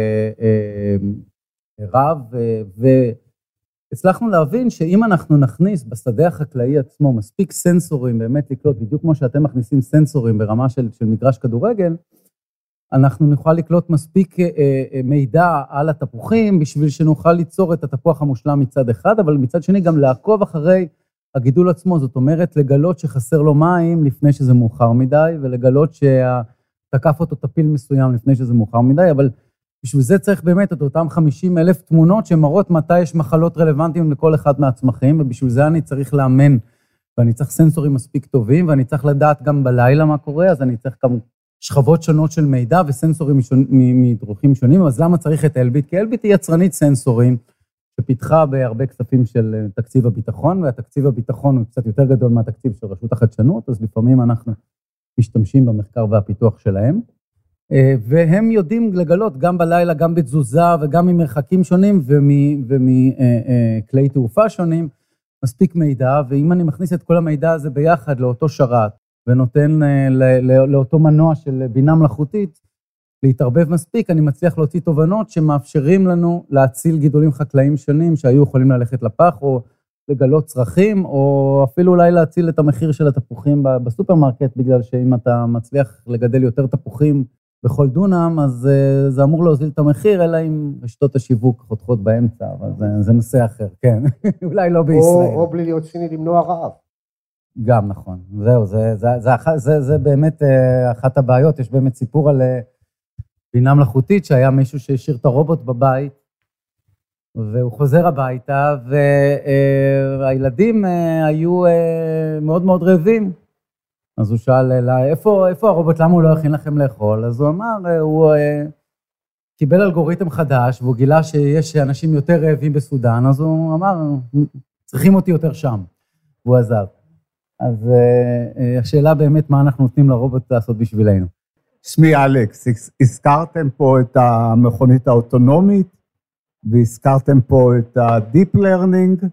ורב, והצלחנו להבין שאם אנחנו נכניס בשדה החקלאי עצמו מספיק סנסורים, באמת לקלוט, בדיוק כמו שאתם מכניסים סנסורים ברמה של מגרש כדורגל, אנחנו נוכל לקלוט מספיק מידע על התפוחים, בשביל שנוכל ליצור את התפוח המושלם מצד אחד, אבל מצד שני גם לעקוב אחרי הגידול עצמו, זאת אומרת לגלות שחסר לו מים לפני שזה מאוחר מדי, ולגלות שתקף אותו טפיל מסוים לפני שזה מאוחר מדי, אבל בשביל זה צריך באמת את אותם 50,000 תמונות שמראות מתי יש מחלות רלוונטיים לכל אחד מהצמחים, ובשביל זה אני צריך לאמן, ואני צריך סנסורים מספיק טובים, ואני צריך לדעת גם בלילה מה קורה, אז אני צריך גם שכבות שונות של מידע וסנסורים מדרוכים שונים, אז למה צריך את אלביט? כי אלביט היא יצרנית סנסורים, שפיתחה בהרבה כספים של תקציב הביטחון, והתקציב הביטחון הוא קצת יותר גדול מהתקציב של רשות החדשנות, אז לפעמים אנחנו משתמשים במחקר והפיתוח שלהם, והם יודעים לגלות גם בלילה, גם בתזוזה וגם ממרחקים שונים ומכלי תעופה שונים, מספיק מידע, ואם אני מכניס את כל המידע הזה ביחד לאותו שרת, ונותן לאותו מנוע של בינה מלאכותית, להתערבב מספיק, אני מצליח להוציא תובנות שמאפשרים לנו להציל גידולים חקלאיים שונים, שהיו יכולים ללכת לפח, או לגלות צרכים, או אפילו אולי להציל את המחיר של התפוחים בסופרמרקט, בגלל שאם אתה מצליח לגדל יותר תפוחים בכל דונם, אז זה אמור להוזיל את המחיר, אלא אם רשתות השיווק חותכות באמצע, אבל זה נושא אחר, כן. אולי לא בישראל. או בלי להיות ציני למנוע רעב. גם נכון. זהו, זה באמת אחת הבעיות. יש באמת סיפור על בינה מלאכותית, שהיה מישהו שהשאיר את הרובוט בבית, והוא חוזר הביתה, והילדים היו מאוד מאוד רעבים. אז הוא שאל, איפה הרובוט, למה הוא לא הכין לכם לאכול? אז הוא אמר, הוא קיבל אלגוריתם חדש, והוא גילה שיש אנשים יותר רעבים בסודן, אז הוא אמר, צריכים אותי יותר שם. והוא עזב. אז השאלה באמת, מה אנחנו נותנים לרובוט לעשות בשבילנו? שמי אלכס, הזכרתם פה את המכונית האוטונומית, והזכרתם פה את ה-Deep Learning,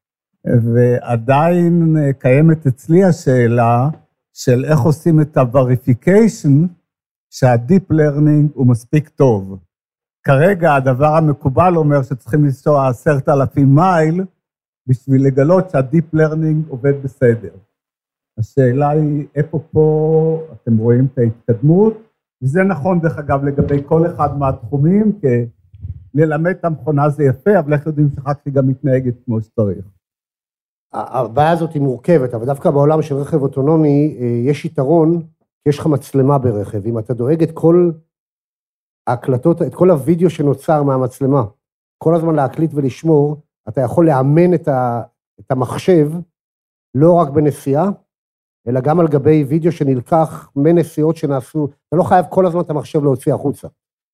ועדיין קיימת אצלי השאלה של איך עושים את ה-Verification, שה-Deep Learning הוא מספיק טוב. כרגע הדבר המקובל אומר שצריכים לנסוע 10,000 מייל, בשביל לגלות שה-Deep Learning עובד בסדר. השאלה היא, איפה פה אתם רואים את ההתקדמות, וזה נכון דרך אגב לגבי כל אחד מהתחומים, כי ללמד את המכונה זה יפה, אבל איך יודעים שאחר כך היא גם מתנהגת כמו שצריך. הבעיה הזאת היא מורכבת, אבל דווקא בעולם של רכב אוטונומי יש יתרון, כי יש לך מצלמה ברכב, אם אתה דואג את כל ההקלטות, את כל הוידאו שנוצר מהמצלמה, כל הזמן להקליט ולשמור, אתה יכול לאמן את המחשב, לא רק בנסיעה, אלא גם על גבי וידאו שנלקח מנסיעות שנעשו, אתה לא חייב כל הזמן את המחשב להוציא החוצה.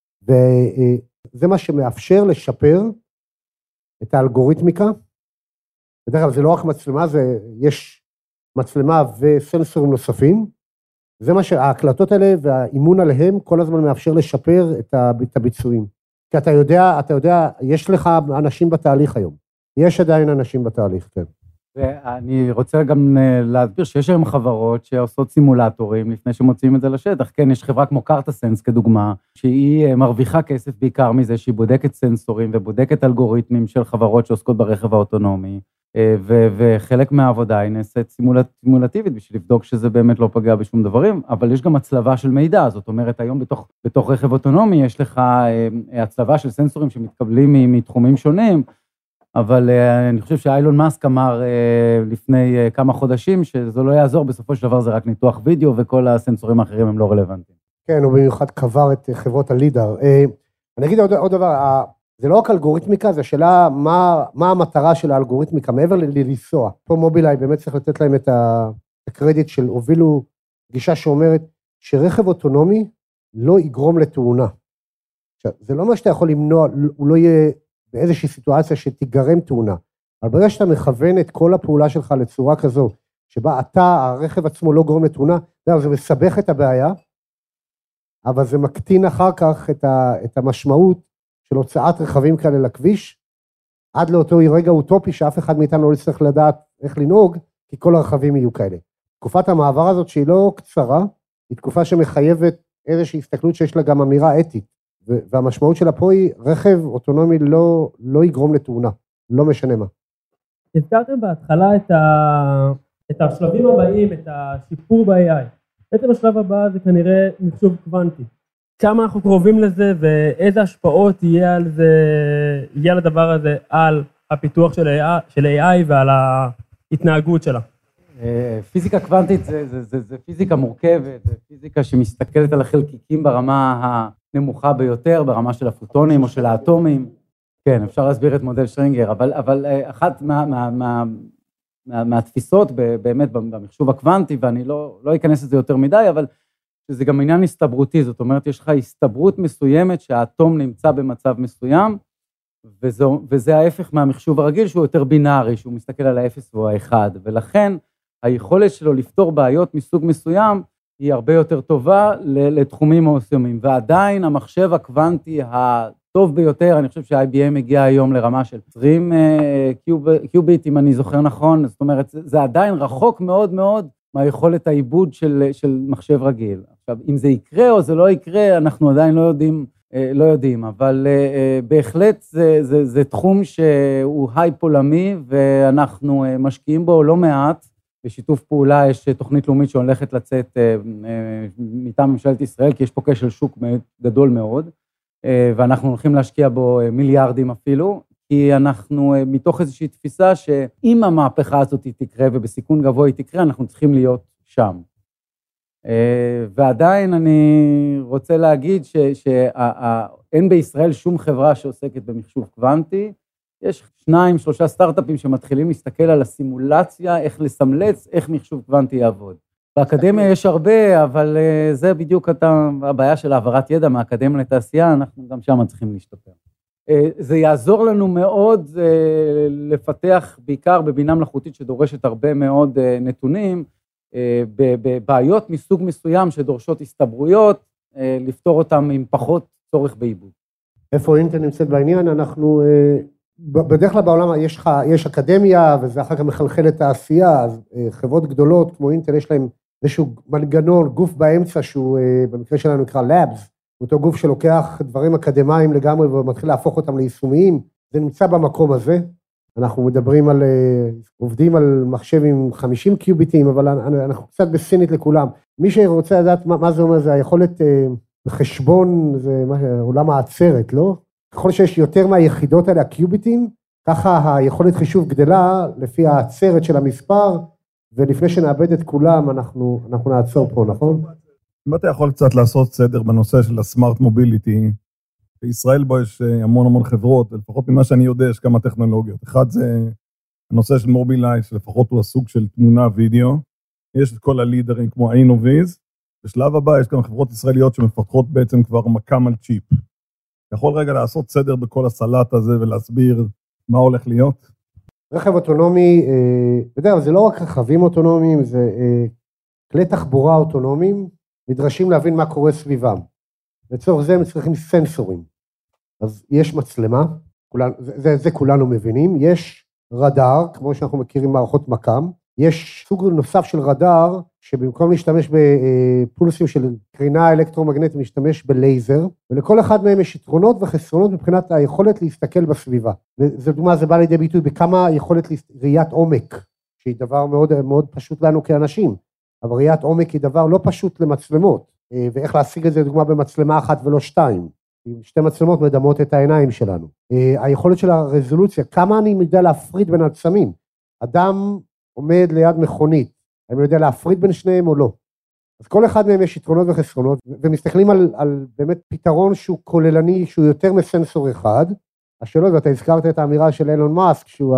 וזה מה שמאפשר לשפר את האלגוריתמיקה. בדרך כלל זה לא רק מצלמה, יש מצלמה וסנסורים נוספים. זה מה שההקלטות האלה והאימון עליהם כל הזמן מאפשר לשפר את הביצועים. כי אתה יודע, יש לך אנשים בתהליך היום. יש עדיין אנשים בתהליך, כן. ואני רוצה גם להסביר שיש היום חברות שעושות סימולטורים לפני שמוציאים את זה לשטח. כן, יש חברה כמו קארטסנס כדוגמה, שהיא מרוויחה כסף בעיקר מזה שהיא בודקת סנסורים ובודקת אלגוריתמים של חברות שעוסקות ברכב האוטונומי, וחלק מהעבודה היא נעשית סימולטיבית בשביל לבדוק שזה באמת לא פגע בשום דברים, אבל יש גם הצלבה של מידע, זאת אומרת, היום בתוך רכב אוטונומי יש לך הצלבה של סנסורים שמתקבלים מתחומים שונים, אבל אני חושב שאיילון מאסק אמר לפני כמה חודשים שזה לא יעזור, בסופו של דבר זה רק ניתוח וידאו, וכל הסנסורים האחרים הם לא רלוונטיים. כן, הוא במיוחד קבר את חברות הלידר. אני אגיד עוד דבר, זה לא רק אלגוריתמיקה, זה שאלה מה המטרה של האלגוריתמיקה, מעבר ללנסוע. פה מובילאיי באמת צריך לתת להם את הקרדיט של הובילו גישה שאומרת שרכב אוטונומי לא יגרום לתאונה. עכשיו, זה לא מה שאתה יכול למנוע, הוא לא יהיה באיזושהי סיטואציה שתיגרם תאונה, אבל ברגע שאתה מכוון את כל הפעולה שלך לצורה כזו, שבה הרכב עצמו לא גורם לתאונה, זה מסבך את הבעיה, אבל זה מקטין אחר כך את המשמעות של הוצאת רכבים כאלה לכביש, עד לאותו רגע אוטופי שאף אחד מאיתנו לא יצטרך לדעת איך לנהוג, כי כל הרכבים יהיו כאלה. תקופת המעבר הזאת שהיא לא קצרה, היא תקופה שמחייבת איזושהי הסתכלות שיש לה גם אמירה אתית, והמשמעות שלה פה היא רכב אוטונומי לא יגרום לתאונה, לא משנה מה. הזכרתם בהתחלה את השלבים הבאים, את השיפור ב-AI. בעצם השלב הבא זה כנראה מחשוב קוונטי. כמה אנחנו קרובים לזה ואיזה השפעות יהיה על הדבר הזה, על הפיתוח של AI ועל ההתנהגות שלה. פיזיקה קוונטית זה פיזיקה מורכבת, זה פיזיקה שמסתכלת על החלקיקים ברמה הנמוכה ביותר, ברמה של הפוטונים או של האטומים. כן, אפשר להסביר את מודל שרינגר, אבל אחת מהתפיסות באמת במחשוב הקוונטי, ואני לא אכנס לזה יותר מדי, אבל שזה גם עניין הסתברותי, זאת אומרת, יש לך הסתברות מסוימת שהאטום נמצא במצב מסוים, וזה ההפך מהמחשוב הרגיל, שהוא יותר בינארי, שהוא מסתכל על האפס או האחד, ולכן היכולת שלו לפתור בעיות מסוג מסוים, היא הרבה יותר טובה לתחומים מסוימים, ועדיין המחשב הקוונטי הטוב ביותר, אני חושב ש-IBM הגיע היום לרמה של 20 קיוביט, אם אני זוכר נכון, זאת אומרת, זה עדיין רחוק מאוד מאוד מהיכולת העיבוד של מחשב רגיל. עכשיו, אם זה יקרה או זה לא יקרה, אנחנו עדיין לא יודעים, אבל בהחלט זה תחום שהוא הייפ עולמי, ואנחנו משקיעים בו לא מעט, בשיתוף פעולה יש תוכנית לאומית שהולכת לצאת מטעם ממשלת ישראל, כי יש פה כשל שוק גדול מאוד, ואנחנו הולכים להשקיע בו מיליארדים אפילו, כי אנחנו מתוך איזושהי תפיסה שאם המהפכה הזאת תקרה ובסיכון גבוה היא תקרה, אנחנו צריכים להיות שם. ועדיין אני רוצה להגיד שאין בישראל שום חברה שעוסקת במחשוב קוונטי, יש 2-3 סטארט-אפים שמתחילים להסתכל על הסימולציה, איך לסמלץ, איך מחשוב קוונטי יעבוד. באקדמיה יש הרבה, אבל זה בדיוק הבעיה של העברת ידע מהאקדמיה לתעשייה, אנחנו גם שם צריכים להשתפר. זה יעזור לנו מאוד לפתח, בעיקר בבינה מלאכותית שדורשת הרבה מאוד נתונים, בבעיות מסוג מסוים שדורשות הסתברויות, לפתור אותם עם פחות צורך בעיבוד. איפה אינטל נמצאת בעניין? אנחנו, בדרך כלל בעולם יש אקדמיה, וזה אחר כך מחלחל את העשייה, אז חברות גדולות כמו אינטל יש להם איזשהו מנגנון, גוף באמצע שהוא במקרה שלנו נקרא Labs, אותו גוף שלוקח דברים אקדמיים לגמרי ומתחיל להפוך אותם ליישומיים, זה נמצא במקום הזה, אנחנו מדברים על, עובדים על מחשב עם 50 קיוביטים, אבל אנחנו קצת בסינית לכולם. מי שרוצה לדעת מה זה אומר, זה היכולת חשבון, זה עולם העצרת, לא? ככל שיש יותר מהיחידות האלה, הקיוביטים, ככה היכולת חישוב גדלה לפי העצרת של המספר, ולפני שנאבד את כולם, אנחנו נעצור פה, נכון? אם אתה יכול קצת לעשות סדר בנושא של הסמארט מוביליטי, בישראל בו יש המון חברות, לפחות ממה שאני יודע, יש כמה טכנולוגיות. אחד זה הנושא של מובילאיי, שלפחות הוא הסוג של תמונה וידאו, יש את כל הלידרים כמו איינוביז, בשלב הבא יש גם חברות ישראליות שמפתחות בעצם כבר מקם על צ'יפ. יכול רגע לעשות סדר בכל הסלט הזה ולהסביר מה הולך להיות? רכב אוטונומי, בדרך זה לא רק רכבים אוטונומיים, זה כלי תחבורה אוטונומיים, נדרשים להבין מה קורה סביבם. לצורך זה הם צריכים סנסורים. אז יש מצלמה, זה כולנו מבינים, יש רדאר, כמו שאנחנו מכירים מערכות מקם, יש סוג נוסף של רדאר, שבמקום להשתמש בפולסים של קרינה אלקטרומגנטית, משתמש בלייזר, ולכל אחד מהם יש יתרונות וחסרונות מבחינת היכולת להסתכל בסביבה. זו דוגמה, זה בא לידי ביטוי בכמה יכולת ראיית עומק, שהיא דבר מאוד, מאוד פשוט לנו כאנשים, אבל ראיית עומק היא דבר לא פשוט למצלמות, ואיך להשיג את זה דוגמה במצלמה אחת ולא 2. שתי מצלמות מדמות את העיניים שלנו. היכולת של הרזולוציה, כמה אני יודע להפריד בין עצמים. אדם עומד ליד מכונית, אני יודע להפריד בין שניהם או לא. אז כל אחד מהם יש יתרונות וחסרונות, ומסתכלים על באמת פתרון שהוא כוללני, שהוא יותר מסנסור אחד. השאלות, ואתה הזכרת את האמירה של אילון מאסק, שהוא,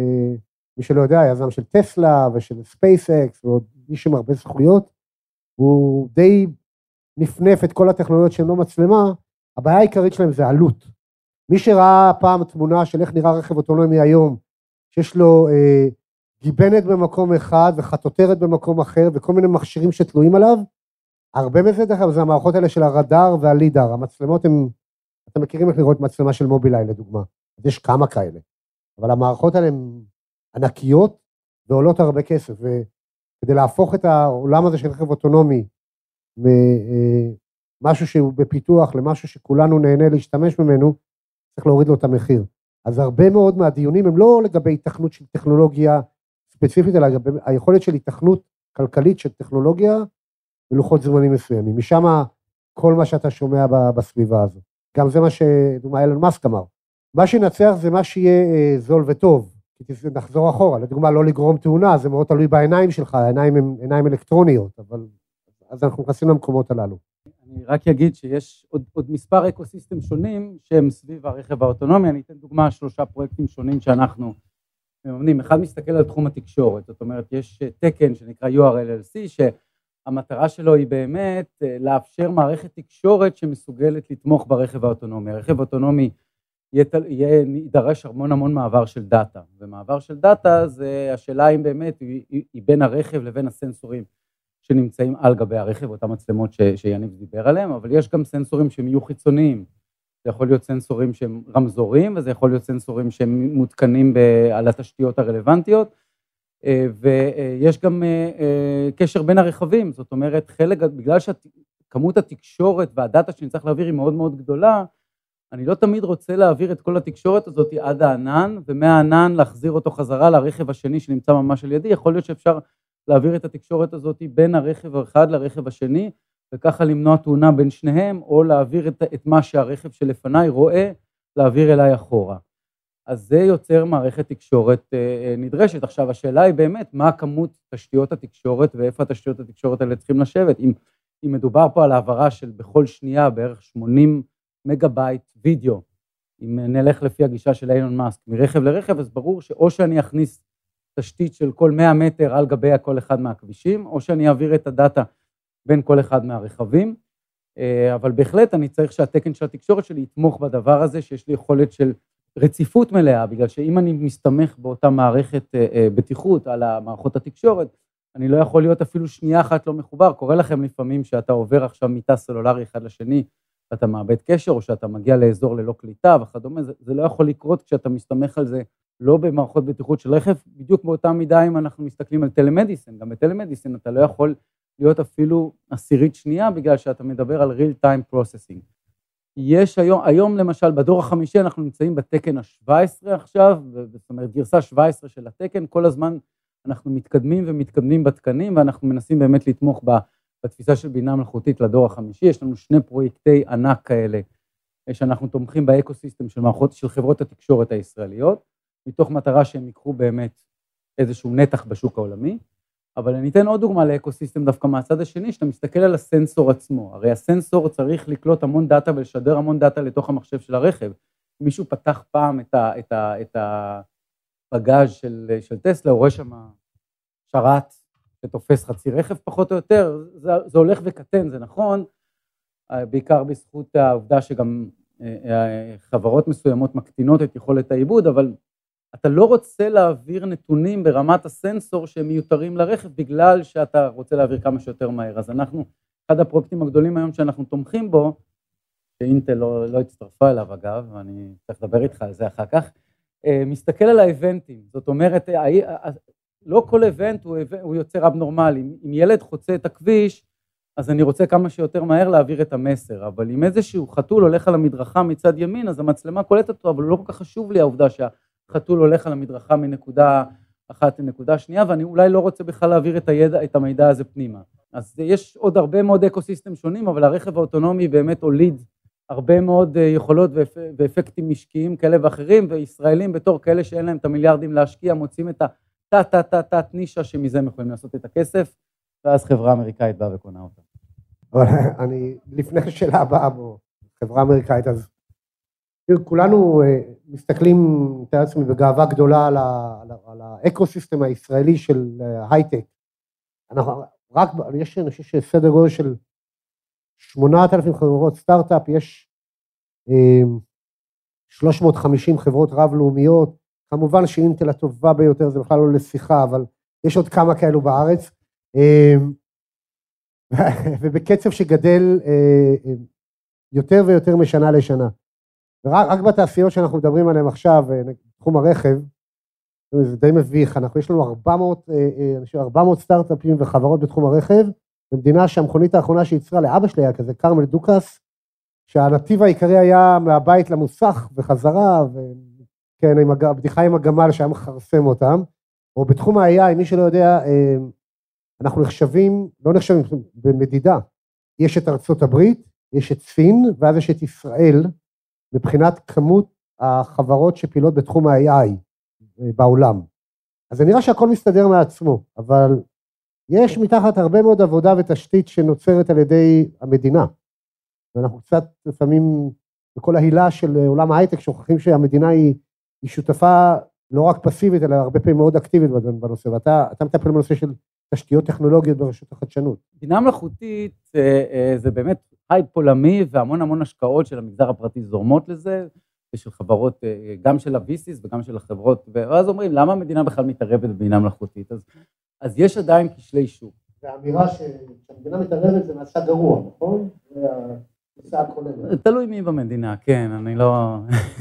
מי שלא יודע, היזם של טסלה ושל ספייסקס, ועוד איש עם הרבה זכויות, הוא די נפנף את כל הטכנולוגיות שהן לא מצלמה, הבעיה העיקרית שלהם זה עלות. מי שראה פעם תמונה של איך נראה רכב אוטונומי היום, שיש לו גיבנת במקום אחד וחטוטרת במקום אחר, וכל מיני מכשירים שתלויים עליו, הרבה מזה דרך אגב, זה המערכות האלה של הרדאר והלידאר, המצלמות הן, אתם מכירים איך לראות מצלמה של מובילאיי לדוגמה, אז יש כמה כאלה, אבל המערכות האלה הן ענקיות, ועולות הרבה כסף, וכדי להפוך את העולם הזה של רכב אוטונומי, משהו שהוא בפיתוח למשהו שכולנו נהנה להשתמש ממנו, צריך להוריד לו את המחיר. אז הרבה מאוד מהדיונים הם לא לגבי התכנות של טכנולוגיה ספציפית, אלא לגבי היכולת של התכנות כלכלית של טכנולוגיה ולוחות זמנים מסוימים. משם כל מה שאתה שומע בסביבה הזו. גם זה מה שדוגמה אילון מאסק אמר. מה שנצח זה מה שיהיה זול וטוב. נחזור אחורה, לדוגמה לא לגרום תאונה, זה מאוד תלוי בעיניים שלך, העיניים הן עיניים אלקטרוניות, אבל אז אנחנו נכנסים למקומות הללו. אני רק אגיד שיש עוד מספר אקוסיסטם שונים שהם סביב הרכב האוטונומי, אני אתן דוגמה 3 פרויקטים שונים שאנחנו מממנים, אחד מסתכל על תחום התקשורת, זאת אומרת יש תקן שנקרא URLLC המטרה שלו היא באמת לאפשר מערכת תקשורת שמסוגלת לתמוך ברכב האוטונומי. הרכב האוטונומי יידרש המון מעבר של דאטה, ומעבר של דאטה זה השאלה אם באמת היא בין הרכב לבין הסנסורים שנמצאים על גבי הרכב, אותם מצלמות שיניב דיבר עליהם, אבל יש גם סנסורים שהם יהיו חיצוניים. זה יכול להיות סנסורים שהם רמזורים, וזה יכול להיות סנסורים שהם מותקנים על התשתיות הרלוונטיות, ויש גם קשר בין הרכבים, זאת אומרת, בגלל שכמות התקשורת והדאטה שאני צריך להעביר היא מאוד מאוד גדולה, אני לא תמיד רוצה להעביר את כל התקשורת הזאת עד הענן, ומהענן להחזיר אותו חזרה לרכב השני שנמצא ממש על ידי. יכול להיות שאפשר להעביר את התקשורת הזאת בין הרכב האחד לרכב השני, וככה למנוע תאונה בין שניהם, או להעביר את מה שהרכב שלפניי רואה, להעביר אליי אחורה. אז זה יוצר מערכת תקשורת נדרשת. עכשיו, השאלה היא באמת, מה כמות תשתיות התקשורת, ואיפה התשתיות התקשורת האלה צריכים לשבת? אם מדובר פה על העברה של בכל שנייה בערך 80 מגה-בייט וידאו, אם נלך לפי הגישה של אילון מאסק מרכב לרכב, אז ברור שאו שאני אכניס תשתית של כל 100 מטר על גבי כל אחד מהכבישים, או שאני אעביר את הדאטה בין כל אחד מהרכבים, אבל בהחלט אני צריך שהתקן של התקשורת שלי יתמוך בדבר הזה, שיש לי יכולת של רציפות מלאה, בגלל שאם אני מסתמך באותה מערכת בטיחות על המערכות התקשורת, אני לא יכול להיות אפילו שנייה אחת לא מחובר. קורה לכם לפעמים שאתה עובר עכשיו מיטה סלולרי אחד לשני, אתה מאבד קשר, או שאתה מגיע לאזור ללא קליטה וכדומה, זה לא יכול לקרות כשאתה מסתמך על זה, לא במערכות בטיחות של רכב, בדיוק באותה מידה אם אנחנו מסתכלים על טלמדיסין, גם בטלמדיסין אתה לא יכול להיות אפילו עשירית שנייה, בגלל שאתה מדבר על real time processing. יש היום למשל בדור החמישי אנחנו נמצאים בתקן ה-17 עכשיו, זאת אומרת גרסה 17 של התקן, כל הזמן אנחנו מתקדמים בתקנים, ואנחנו מנסים באמת לתמוך בתפיסה של בינה מלאכותית לדור החמישי. יש לנו 2 פרויקטי ענק כאלה, שאנחנו תומכים באקוסיסטם של חברות התקשורת הישראליות, מתוך מטרה שהם יקחו באמת איזשהו נתח בשוק העולמי, אבל אני אתן עוד דוגמה לאקוסיסטם דווקא מהצד השני, שאתה מסתכל על הסנסור עצמו. הרי הסנסור צריך לקלוט המון דאטה ולשדר המון דאטה לתוך המחשב של הרכב. מישהו פתח פעם את הבגאז' של טסלה, הוא רואה שם שרת שתופס חצי רכב פחות או יותר, זה הולך וקטן, זה נכון, בעיקר בזכות העובדה שגם חברות מסוימות מקטינות את יכולת העיבוד, אבל אתה לא רוצה להעביר נתונים ברמת הסנסור שהם מיותרים לרכב, בגלל שאתה רוצה להעביר כמה שיותר מהר. אז אחד הפרויקטים הגדולים היום שאנחנו תומכים בו, שאינטל לא הצטרפה אליו אגב, ואני צריך לדבר איתך על זה אחר כך, מסתכל על האיבנטים. זאת אומרת, לא כל איבנט הוא יוצר אבנורמלי. אם ילד חוצה את הכביש, אז אני רוצה כמה שיותר מהר להעביר את המסר, אבל אם איזשהו חתול הולך על המדרכה מצד ימין, אז המצלמה קולטת אותו, אבל לא כל כך חשוב לי העובדה שהחתול הולך על המדרכה מנקודה אחת לנקודה שנייה, ואני אולי לא רוצה בכלל להעביר את המידע הזה פנימה. אז יש עוד הרבה מאוד אקוסיסטם שונים, אבל הרכב האוטונומי באמת הוליד הרבה מאוד יכולות ואפקטים משקיים כאלה ואחרים, וישראלים בתור כאלה שאין להם את המיליארדים להשקיע, מוצאים את תת נישה שמזה הם יכולים לעשות את הכסף, ואז חברה אמריקאית באה וקונה אותה. אבל אני, לפני השאלה הבאה בו, חברה אמריקאית, אז כולנו מסתכלים, מתאר לעצמי, בגאווה גדולה על האקוסיסטם הישראלי של הייטק. יש אנשים שסדר גודל של 8,000 חברות סטארט-אפ, יש 350 חברות רב-לאומיות, כמובן שאינטל הטובה ביותר, זה בכלל לא לשיחה, אבל יש עוד כמה כאלו בארץ, ובקצב שגדל יותר ויותר משנה לשנה. ורק בתעשיות שאנחנו מדברים עליהן עכשיו, תחום הרכב, זה די מביך, יש לנו 400 סטארט-אפים וחברות בתחום הרכב, במדינה שהמכונית האחרונה שיצרה לאבא שלי היה כזה, קרמל דוקס, שהנתיב העיקרי היה מהבית למוסך וחזרה, וכן, הבדיחה עם הגמל שהיה מחרסם אותם, או בתחום ה-AI, מי שלא יודע, אנחנו לא נחשבים במדידה, יש את ארצות הברית, יש את סין, ואז יש את ישראל, מבחינת כמות החברות שפעילות בתחום ה-AI בעולם. אז זה נראה שהכל מסתדר מעצמו, אבל יש מתחת הרבה מאוד עבודה ותשתית שנוצרת על ידי המדינה, ואנחנו קצת לפעמים בכל ההילה של עולם ההייטק שוכחים שהמדינה היא שותפה לא רק פסיבית, אלא הרבה פעמים מאוד אקטיבית בנושא, ואתה מטפל בנושא של תשתיות טכנולוגיות ברשות החדשנות. בינה מלאכותית זה באמת הייפ עולמי, והמון השקעות של המגזר הפרטי זורמות לזה, ושל חברות, גם של ה-VCs וגם של החברות, ואז אומרים, למה המדינה בכלל מתערבת בבינה מלאכותית? אז יש עדיין כשלי שוק. והאמירה שהמדינה מתערבת זה נעשה גרוע, נכון? זה הנושא הכולל. תלוי מי במדינה, כן, אני לא...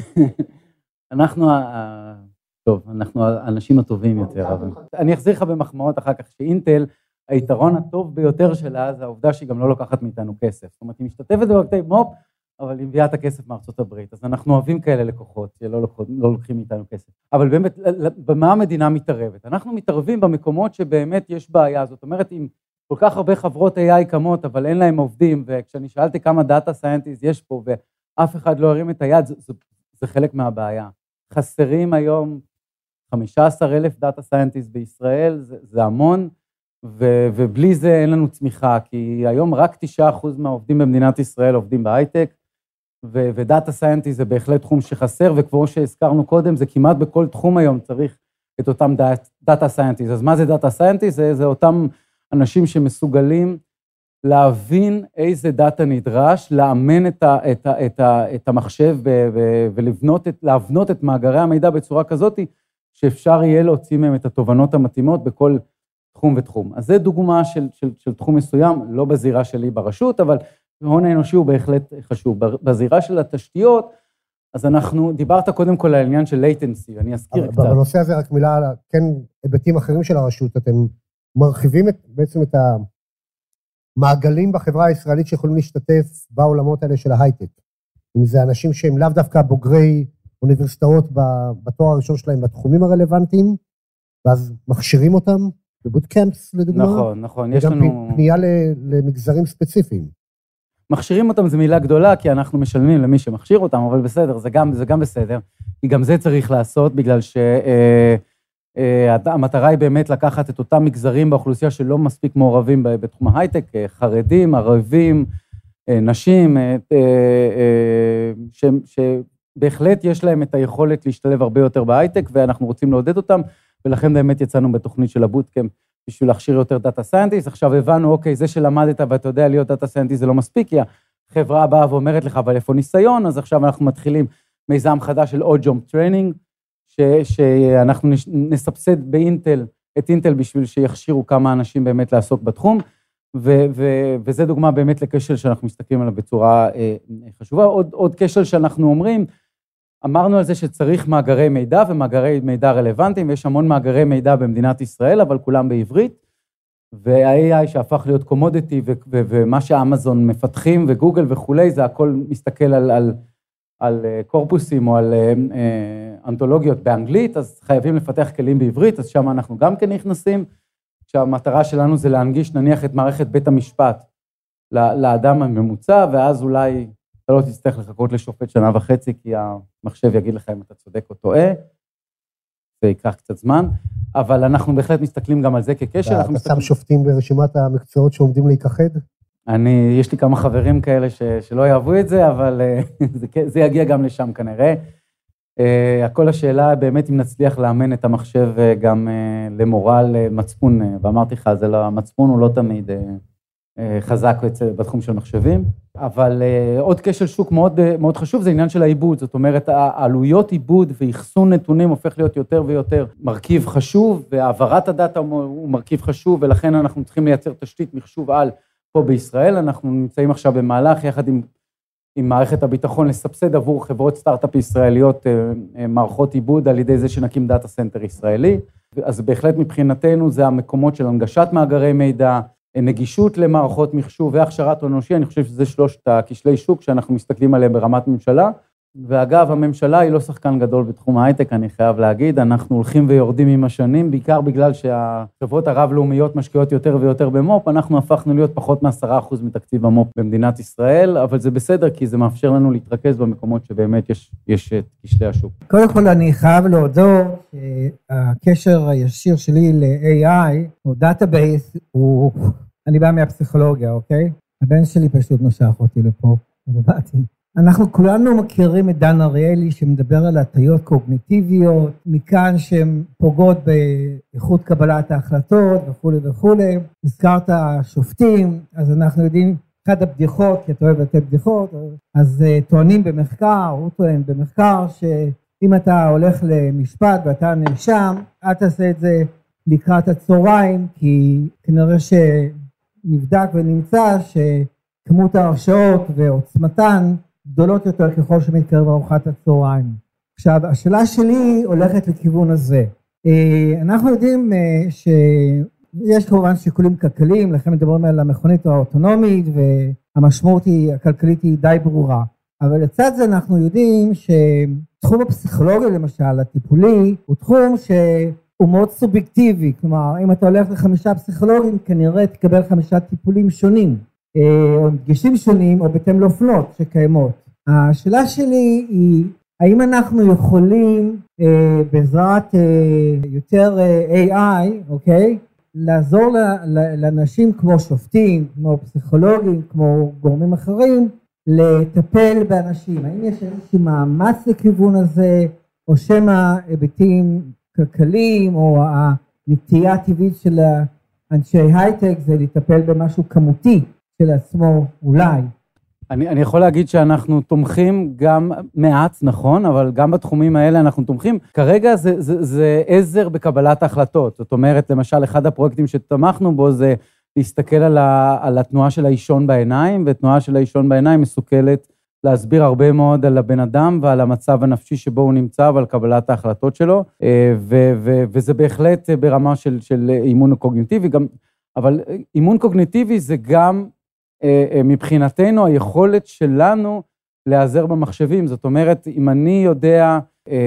אנחנו האנשים הטובים יותר. אני אחזיר לך במחמאות אחר כך שאינטל, היתרון הטוב ביותר שלה זה העובדה שהיא גם לא לוקחת מאיתנו כסף. זאת אומרת, היא משתתפת בפרויקטי מו"פ, אבל היא מביאה את הכסף מארצות הברית. אז אנחנו אוהבים כאלה לקוחות שלא לוקחים מאיתנו כסף. אבל באמת, במה המדינה מתערבת? אנחנו מתערבים במקומות שבאמת יש בעיה. זאת אומרת, אם כל כך הרבה חברות AI קמות, אבל אין להם עובדים, וכשאני שאלתי כמה דאטה סיינטיסט יש פה, ואף אחד לא הרים את היד, זה חלק מהבעיה. חסרים היום 15,000 דאטה סיינטיסט בישראל, זה המון, ובלי זה אין לנו צמיחה, כי היום רק 9% מהעובדים במדינת ישראל עובדים בהייטק, ודאטה סיינטיסט זה בהחלט תחום שחסר, וכמו שהזכרנו קודם, זה כמעט בכל תחום היום צריך את אותם דאטה סיינטיסט. אז מה זה דאטה סיינטיסט? זה אותם אנשים שמסוגלים להבין איזה דאטה נדרש, לאמן את המחשב ולהבנות את מאגרי המידע בצורה כזאת, שאפשר יהיה להוציא מהם את התובנות המתאימות בכל תחום ותחום. אז זה דוגמה של תחום מסוים, לא בזירה שלי ברשות, אבל ההון האנושי הוא בהחלט חשוב. בזירה של התשתיות, אז דיברת קודם כל על העניין של latency, אני אזכיר קצת. בנושא הזה רק מילה על כן היבטים אחרים של הרשות, אתם מרחיבים בעצם את המעגלים בחברה הישראלית שיכולים להשתתף בעולמות האלה של ההייטק. אם זה אנשים שהם לאו דווקא בוגרי אוניברסיטאות בתואר הראשון שלהם בתחומים הרלוונטיים, ואז מכשירים אותם בבוטקאמפס לדוגמה. נכון, יש לנו... וגם פנייה למגזרים ספציפיים. מכשירים אותם זו מילה גדולה, כי אנחנו משלמים למי שמכשיר אותם, אבל בסדר, זה גם בסדר, כי גם זה צריך לעשות, בגלל שהמטרה היא באמת לקחת את אותם מגזרים באוכלוסייה שלא מספיק מעורבים בתחום ההייטק, חרדים, ערבים, נשים, שבהחלט יש להם את היכולת להשתלב הרבה יותר בהייטק, ואנחנו רוצים לעודד אותם, ולכן באמת יצאנו בתוכנית של הבוטקאמפ, בשביל להכשיר יותר דאטה סיינטיסט. עכשיו הבנו, אוקיי, זה שלמדת ואתה יודע להיות דאטה סיינטיסט זה לא מספיק, כי החברה באה ואומרת לך, אבל איפה ניסיון? אז עכשיו אנחנו מתחילים מיזם חדש של עוד ג'ומפ טריינינג, שאנחנו נסבסד את אינטל בשביל שיכשירו כמה אנשים באמת לעסוק בתחום, וזה דוגמה באמת לכשל שאנחנו מסתכלים עליו בצורה חשובה. עוד כשל שאנחנו אומרים, אמרנו על זה שצריך מאגרי מידע ומאגרי מידע רלוונטיים, ויש המון מאגרי מידע במדינת ישראל, אבל כולם בעברית, וה-AI שהפך להיות קומודיטי, ומה שאמזון מפתחים וגוגל וכולי, זה הכל מסתכל על קורפוסים או על אנתולוגיות באנגלית, אז חייבים לפתח כלים בעברית, אז שם אנחנו גם כן נכנסים, שהמטרה שלנו זה להנגיש נניח את מערכת בית המשפט לאדם הממוצע, ואז אולי אתה לא תצטרך לחכות לשופט 1.5 שנה, כי המחשב יגיד לך אם אתה צודק או טועה, זה ייקח קצת זמן, אבל אנחנו בהחלט מסתכלים גם על זה כקשר. אתה שם שופטים ברשימת המקצועות שעומדים להיכחד? יש לי כמה חברים כאלה שלא יאהבו את זה, אבל זה יגיע גם לשם כנראה. הכל השאלה באמת אם נצליח לאמן את המחשב גם למורל מצפון, ואמרתי לך, המצפון הוא לא תמיד חזק בתחום של מחשבים, אבל עוד כשל שוק מאוד חשוב זה עניין של העיבוד, זאת אומרת, העלויות עיבוד ואחסון נתונים הופך להיות יותר ויותר מרכיב חשוב, והעברת הדאטה הוא מרכיב חשוב, ולכן אנחנו צריכים לייצר תשתית מחשוב על פה בישראל, אנחנו נמצאים עכשיו במהלך יחד עם מערכת הביטחון לסבסד עבור חברות סטארט-אפ ישראליות מערכות עיבוד על ידי זה שנקים דאטה סנטר ישראלי, אז בהחלט מבחינתנו זה המקומות של הנגשת מאגרי מידע, נגישות למערכות מחשוב והכשרת אנושי, אני חושב שזה 3 כשלי שוק שאנחנו מסתכלים עליהם ברמת ממשלה, ואגב, הממשלה היא לא שחקן גדול בתחום ההייטק, אני חייב להגיד, אנחנו הולכים ויורדים עם השנים, בעיקר בגלל שהחברות הרב-לאומיות משקיעות יותר ויותר במו"פ, אנחנו הפכנו להיות פחות מ10% מתקציב המו"פ במדינת ישראל, אבל זה בסדר, כי זה מאפשר לנו להתרכז במקומות שבאמת יש את כשלי השוק. קודם כל אני חייב להודות, הקשר הישיר שלי ל-AI, או דאטאבייס, אני בא מהפסיכולוגיה, אוקיי? הבן שלי פשוט נושך אותי לפה, ובאתי. אנחנו כולנו מכירים את דן אריאלי שמדבר על הטיות קוגניטיביות, מכאן שהן פוגעות באיכות קבלת ההחלטות וכו' וכו'. הזכרת שופטים, אז אנחנו יודעים, אחת הבדיחות, כי אתה אוהב לתת בדיחות, אז טוענים במחקר, הוא טוען במחקר, שאם אתה הולך למשפט ואתה נאשם, אל תעשה את זה לקראת הצהריים, כי כנראה שנבדק ונמצא שכמות ההרשעות ועוצמתן גדולות יותר ככל שמתקרב ארוחת הצהריים. עכשיו, השאלה שלי הולכת לכיוון הזה. אנחנו יודעים שיש כמובן שיקולים כלכליים, לכן מדברים על המכונית האוטונומית, והמשמעות הכלכלית היא די ברורה. אבל לצד זה אנחנו יודעים שתחום הפסיכולוגיה למשל, הטיפולי, הוא תחום שהוא מאוד סובייקטיבי. כלומר, אם אתה הולך ל5 פסיכולוגים, כנראה תקבל 5 טיפולים שונים. או דגשים שונים, או בהתאם לאופנות שקיימות. השאלה שלי היא, האם אנחנו יכולים בעזרת יותר AI, אוקיי, לעזור לאנשים כמו שופטים, כמו פסיכולוגים, כמו גורמים אחרים, לטפל באנשים? האם יש איזושהי מאמץ לכיוון הזה, או שמא היבטים כלכליים, או הנטייה הטבעית של אנשי הייטק, זה לטפל במשהו כמותי, של עצמו אולי. אני יכול להגיד שאנחנו תומכים גם מעט, נכון, אבל גם בתחומים האלה אנחנו תומכים. כרגע זה עזר בקבלת ההחלטות. זאת אומרת, למשל, אחד הפרויקטים שתמכנו בו זה להסתכל על התנועה של האישון בעיניים, ותנועה של האישון בעיניים מסוכלת להסביר הרבה מאוד על הבן אדם ועל המצב הנפשי שבו הוא נמצא ועל קבלת ההחלטות שלו, וזה בהחלט ברמה של אימון קוגניטיבי, אבל אימון קוגניטיבי זה גם מבחינתנו היכולת שלנו להיעזר במחשבים. זאת אומרת, אם אני יודע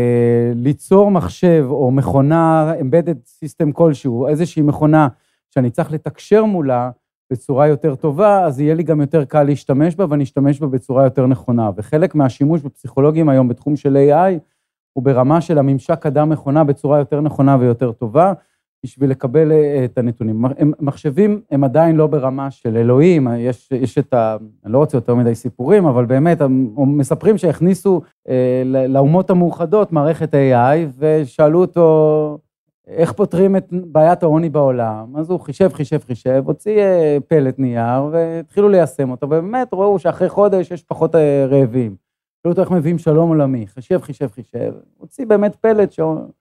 ליצור מחשב או מכונה, embedded system כלשהו, איזושהי מכונה שאני צריך לתקשר מולה בצורה יותר טובה, אז יהיה לי גם יותר קל להשתמש בה, ואני אשתמש בה בצורה יותר נכונה. וחלק מהשימוש בפסיכולוגים היום בתחום של AI, הוא ברמה של הממשק אדם מכונה בצורה יותר נכונה ויותר טובה, בשביל לקבל את הנתונים. מחשבים הם עדיין לא ברמה של אלוהים, יש את אני לא רוצה יותר מדי סיפורים, אבל באמת, מספרים שהכניסו לאומות המאוחדות מערכת AI, ושאלו אותו, איך פותרים את בעיית העוני בעולם? אז הוא חישב, הוציא פלט נייר, והתחילו ליישם אותו, ובאמת ראו שאחרי חודש יש פחות רעבים. שאלו אותו איך מביאים שלום עולמי, חישב, הוציא באמת פלט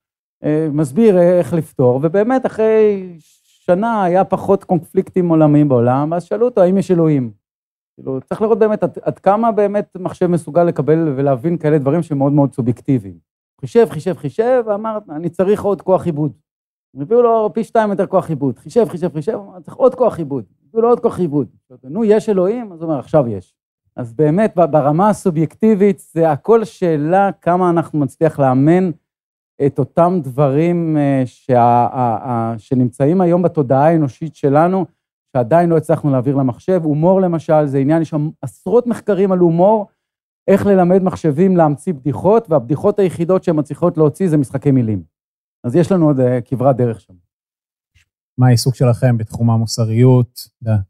מסביר איך לפתור, ובאמת אחרי שנה היה פחות קונפליקטים עולמיים בעולם, אז שאלו אותו, האם יש אלוהים? צריך לראות באמת עד כמה באמת מחשב מסוגל לקבל ולהבין כאלה דברים שמאוד מאוד סובייקטיביים. חישב, ואמר, אני צריך עוד כוח עיבוד. הביאו לו פי 2 יותר כוח עיבוד. חישב, צריך עוד כוח עיבוד. הביאו לו עוד כוח עיבוד. נו, יש אלוהים? אז הוא אומר, עכשיו יש. אז באמת, ברמה הסובייקטיבית, זה הכל שאלה כמה אנחנו מצליח לאמן את אותם דברים שנמצאים היום בתודעה האנושית שלנו, שעדיין לא הצלחנו להעביר למחשב. הומור למשל, זה עניין, יש שם עשרות מחקרים על הומור, איך ללמד מחשבים להמציא בדיחות, והבדיחות היחידות שהן מצליחות להוציא זה משחקי מילים. אז יש לנו עוד כברת דרך שם. מה העיסוק שלכם בתחום המוסריות,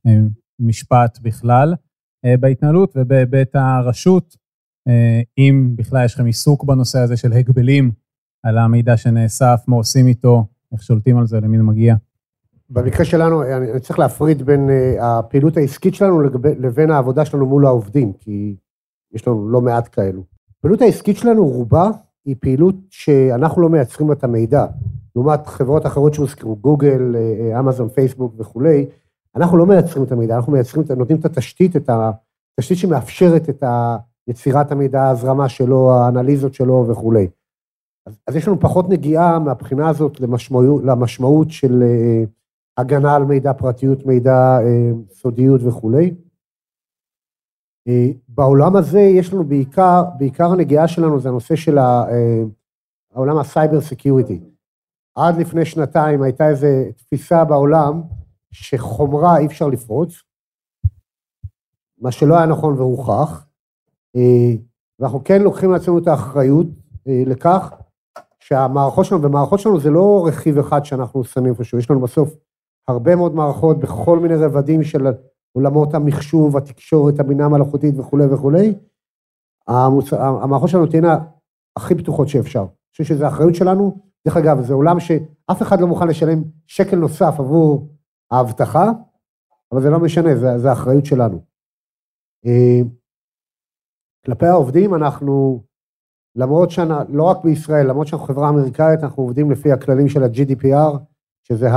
משפט בכלל, בהתנהלות ובבית הרשות, אם בכלל יש לכם עיסוק בנושא הזה של הגבלים, על המידע שנאסף, מה עושים איתו, איך שולטים על זה, למי זה מגיע? במקרה שלנו, אני צריך להפריד בין הפעילות העסקית שלנו לבין העבודה שלנו מול העובדים, כי יש לנו לא מעט כאלו. הפעילות העסקית שלנו, רובה, היא פעילות שאנחנו לא מייצרים את המידע. לעומת חברות אחרות שהוזכרו, גוגל, אמזון, פייסבוק וכולי, אנחנו לא מייצרים את המידע, אנחנו נותנים את התשתית, שמאפשרת את יצירת המידע, ההזרמה שלו, האנליזות שלו וכולי. אז יש לנו פחות נגיעה מהבחינה הזאת למשמעות של הגנה על מידע, פרטיות מידע, סודיות וכולי. בעולם הזה יש לנו בעיקר הנגיעה שלנו, זה הנושא של העולם הסייבר סקיוריטי. עד לפני שנתיים הייתה איזו תפיסה בעולם שחומרה אי אפשר לפרוץ, מה שלא היה נכון והוכח, ואנחנו כן לוקחים לעצמנו את האחריות לכך, שהמערכות שלנו, ומערכות שלנו זה לא רכיב אחד שאנחנו שמים פשוט, יש לנו בסוף הרבה מאוד מערכות בכל מיני רבדים של עולמות המחשוב, התקשורת, הבינה המלאכותית וכו' וכו', המערכות שלנו תהיינה הכי בטוחות שאפשר. אני חושב שזו האחריות שלנו. דרך אגב, זה עולם שאף אחד לא מוכן לשלם שקל נוסף עבור ההבטחה, אבל זה לא משנה, זה האחריות שלנו. כלפי העובדים אנחנו, למרות לא רק בישראל, למרות שאנחנו חברה אמריקאית, אנחנו עובדים לפי הכללים של ה-GDPR, שזה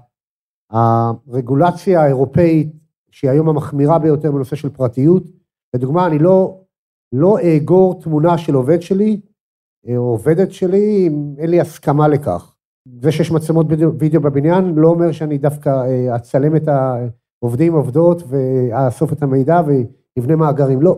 הרגולציה האירופאית, שהיא היום המחמירה ביותר בנושא של פרטיות. לדוגמה, אני לא אאגור תמונה של עובד שלי, או עובדת שלי, אם אין לי הסכמה לכך. זה שיש מצלמות וידאו בבניין, לא אומר שאני דווקא אצלם את העובדים, עובדות, ואאסוף את המידע ויבנה מאגרים. לא.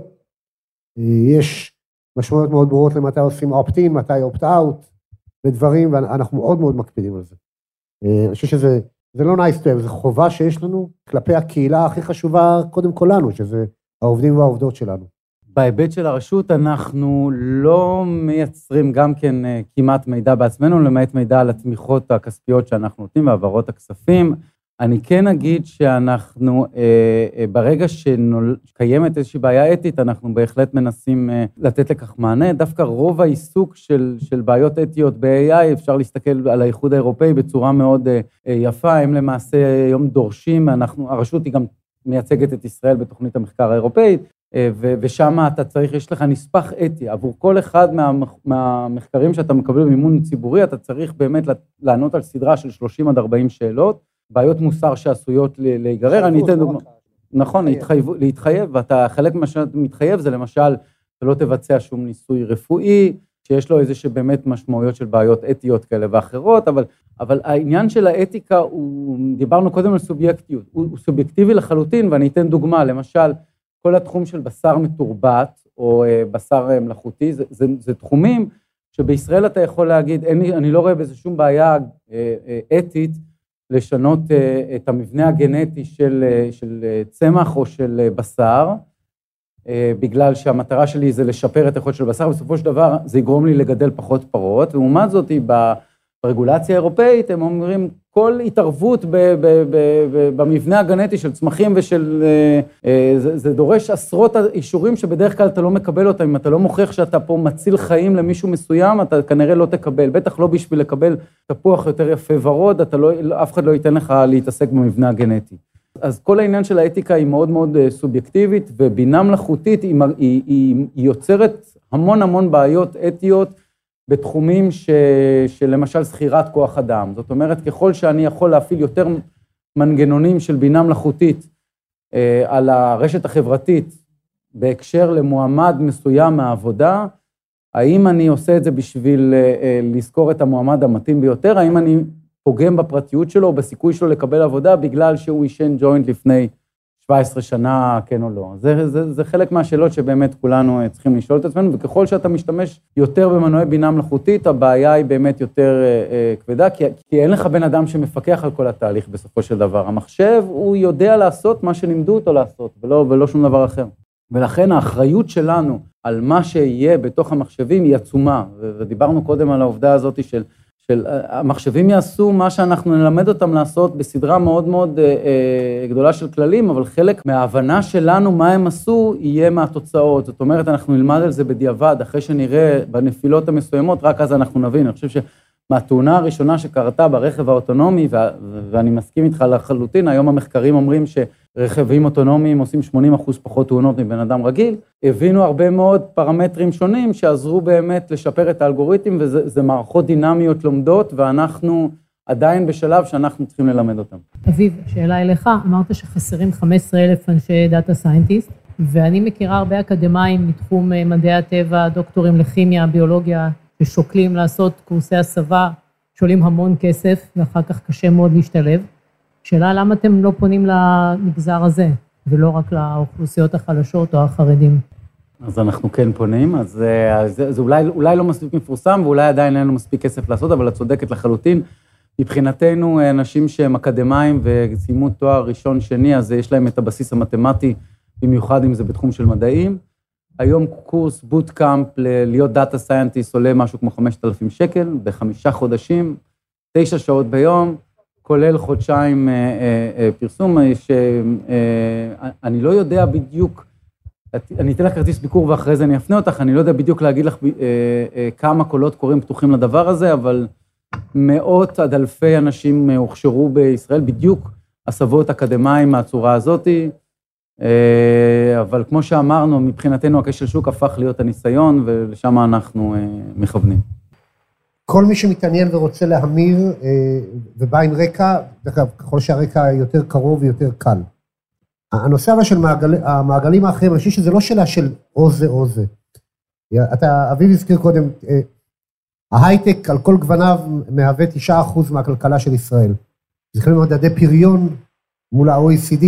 יש משמעויות מאוד ברורות למתי עושים opt-in, מתי opt-out, ודברים, ואנחנו מאוד מאוד מקפידים על זה. אני חושב שזה לא nice to have, זה חובה שיש לנו כלפי הקהילה הכי חשובה קודם כל לנו, שזה העובדים והעובדות שלנו. בהיבט של הרשות אנחנו לא מייצרים גם כן כמעט מידע בעצמנו, למעט מידע על התמיכות הכספיות שאנחנו נותנים והעברות הכספים. אני כן אגיד שאנחנו, ברגע שקיימת איזושהי בעיה אתית, אנחנו בהחלט מנסים לתת לכך מענה. דווקא רוב העיסוק של בעיות אתיות ב-AI, אפשר להסתכל על האיחוד האירופאי בצורה מאוד יפה, הם למעשה היום דורשים, הרשות היא גם מייצגת את ישראל בתוכנית המחקר האירופאית, ושם אתה צריך, יש לך נספח אתי, עבור כל אחד מהמחקרים שאתה מקבל במימון ציבורי, אתה צריך באמת לענות על סדרה של 30 עד 40 שאלות, בעיות מוסר שעשויות להיגרר, אני אתן דוגמה, נכון, להתחייב, ואתה חלק ממה שאתה מתחייב, זה למשל, אתה לא תבצע שום ניסוי רפואי, שיש לו איזה שבאמת משמעויות של בעיות אתיות כאלה ואחרות, אבל העניין של האתיקה, דיברנו קודם על סובייקטיות, הוא סובייקטיבי לחלוטין, ואני אתן דוגמה, למשל, כל התחום של בשר מתורבת, או בשר מלאכותי, זה תחומים שבישראל אתה יכול להגיד, אני לא רואה בזה שום בעיה אתית, לשנות את המבנה הגנטי של צמח או של בשר, בגלל שהמטרה שלי זה לשפר את היכולת של בשר, בסופו של דבר זה יגרום לי לגדל פחות פרות, ולעומת זאת ברגולציה האירופאית הם אומרים, כל התערבות במבנה הגנטי של צמחים זה דורש עשרות אישורים שבדרך כלל אתה לא מקבל אותם, אם אתה לא מוכיח שאתה פה מציל חיים למישהו מסוים, אתה כנראה לא תקבל, בטח לא בשביל לקבל תפוח יותר יפה ורוד, אף אחד לא ייתן לך להתעסק במבנה הגנטי. אז כל העניין של האתיקה היא מאוד מאוד סובייקטיבית, ובינה מלאכותית היא יוצרת המון בעיות אתיות, בתחומים שלמשל שכירת כוח אדם. זאת אומרת, ככל שאני יכול להפעיל יותר מנגנונים של בינה מלאכותית על הרשת החברתית, בהקשר למועמד מסוים מהעבודה, האם אני עושה את זה בשביל לזכור את המועמד המתאים ביותר, האם אני פוגם בפרטיות שלו, או בסיכוי שלו לקבל עבודה, בגלל שהוא ישן ג'וינט לפני 17 שנה, כן או לא. זה חלק מהשאלות שבאמת כולנו צריכים לשאול את עצמנו, וככל שאתה משתמש יותר במנועי בינה מלאכותית, הבעיה היא באמת יותר כבדה, כי אין לך בן אדם שמפקח על כל התהליך בסופו של דבר. המחשב, הוא יודע לעשות מה שלימדו אותו לעשות, ולא שום דבר אחר. ולכן האחריות שלנו על מה שיהיה בתוך המחשבים היא עצומה, ודיברנו קודם על העובדה הזאת של המחשבים יעשו מה שאנחנו נלמד אותם לעשות בסדרה מאוד מאוד גדולה של כללים, אבל חלק מההבנה שלנו מה הם עשו יהיה מהתוצאות. זאת אומרת, אנחנו נלמד על זה בדיעבד, אחרי שנראה בנפילות המסוימות, רק אז אנחנו נבין. אני חושב שמהתאונה הראשונה שקרתה ברכב האוטונומי, ואני מסכים איתך לחלוטין, היום המחקרים אומרים שרכבים אוטונומיים עושים 80% פחות תאונות מבן אדם רגיל, הבינו הרבה מאוד פרמטרים שונים שעזרו באמת לשפר את האלגוריתם, וזה מערכות דינמיות לומדות, ואנחנו עדיין בשלב שאנחנו צריכים ללמד אותם. אביב, שאלה אליך, אמרת שחסרים 15,000 אנשי דאטה סיינטיסט, ואני מכירה הרבה אקדמיים מתחום מדעי הטבע, דוקטורים לכימיה, ביולוגיה, ששוקלים לעשות קורסי הסבה, שעולים המון כסף, ואחר כך קשה מאוד להשתלב. שאלה, למה אתם לא פונים למגזר הזה, ולא רק לאוכלוסיות החלשות או החרדים? אז אנחנו כן פונים, אז זה אולי לא מספיק מפורסם, ואולי עדיין אין לנו מספיק כסף לעשות, אבל את צודקת לחלוטין. מבחינתנו, אנשים שהם אקדמיים וסיימו תואר ראשון, שני, אז יש להם את הבסיס המתמטי, במיוחד אם זה בתחום של מדעים. היום קורס בוטקאמפ להיות דאטה סיינטיסט עולה משהו כמו 5,000 שקל, ב5 חודשים, 9 שעות ביום, כולל חודשיים פרסום, שאני לא יודע בדיוק אני אתן לך כרטיס ביקור ואחרי זה אני אפנה אותך, אני לא יודע בדיוק להגיד לך כמה קולות קוראים פתוחים לדבר הזה, אבל מאות עד אלפי אנשים הוכשרו בישראל, בדיוק הסבות אקדמיים מהצורה הזאת, אבל כמו שאמרנו, מבחינתנו הכשל שוק הפך להיות הניסיון, ולשם אנחנו מכוונים. כל מי שמתעניין ורוצה להמיר ובא עם רקע, ככל שהרקע יותר קרוב ויותר קל. הנושא הזה של המעגלים האחרים, אני חושב שזה לא שאלה של או זה או זה. אביב הזכיר קודם, ההייטק על כל גווניו מהווה 9% מהכלכלה של ישראל. זה כלל מדדי פריון מול ה-OECD.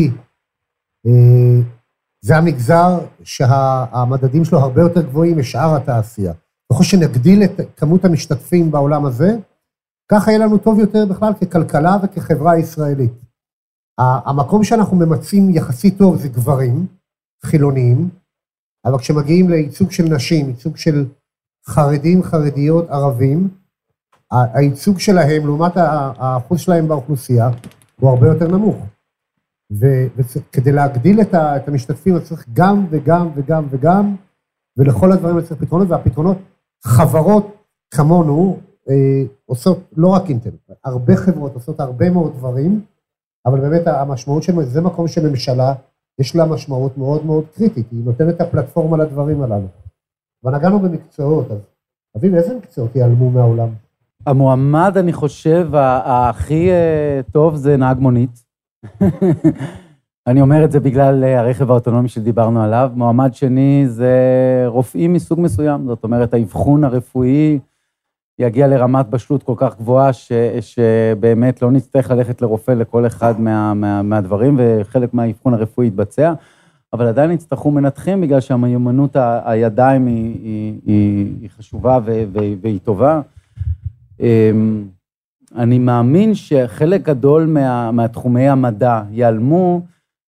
זה המגזר שהמדדים שלו הרבה יותר גבוהים משאר התעשייה. ככל שנגדיל את כמות המשתתפים בעולם הזה, ככה יהיה לנו טוב יותר בכלל ככלכלה וכחברה ישראלית. המקום שאנחנו ממצאים יחסית טוב זה גברים, חילוניים, אבל כשמגיעים לייצוג של נשים, ייצוג של חרדים, חרדיות, ערבים, הייצוג שלהם, לעומת האחוז שלהם באוכלוסייה, הוא הרבה יותר נמוך. וכדי להגדיל את המשתתפים, צריך גם וגם וגם וגם, ולכל הדברים צריך פתרונות, והפתרונות, חברות כמונו, עושות לא רק אינטרנט, הרבה חברות עושות הרבה מאוד דברים, אבל באמת המשמעות של זה מקום של ממשלה, יש לה משמעות מאוד מאוד קריטית, היא נותנת את הפלטפורמה לדברים הללו. ונגענו במקצועות, אז אביב, איזה מקצועות ייעלמו מהעולם? המועמד, אני חושב, הכי טוב זה נהג מונית. אני אומר את זה בגלל הרכב האוטונומי שדיברנו עליו. מועמד שני זה רופאים מסוג מסוים, זאת אומרת, האבחון הרפואי יגיע לרמת בשלות כל כך גבוהה, שבאמת לא נצטרך ללכת לרופא לכל אחד מהדברים, וחלק מהאבחון הרפואי יתבצע, אבל עדיין יצטרכו מנתחים, בגלל שהמיומנות הידיים היא חשובה והיא טובה. אני מאמין שחלק גדול מהתחומי המדע ייעלמו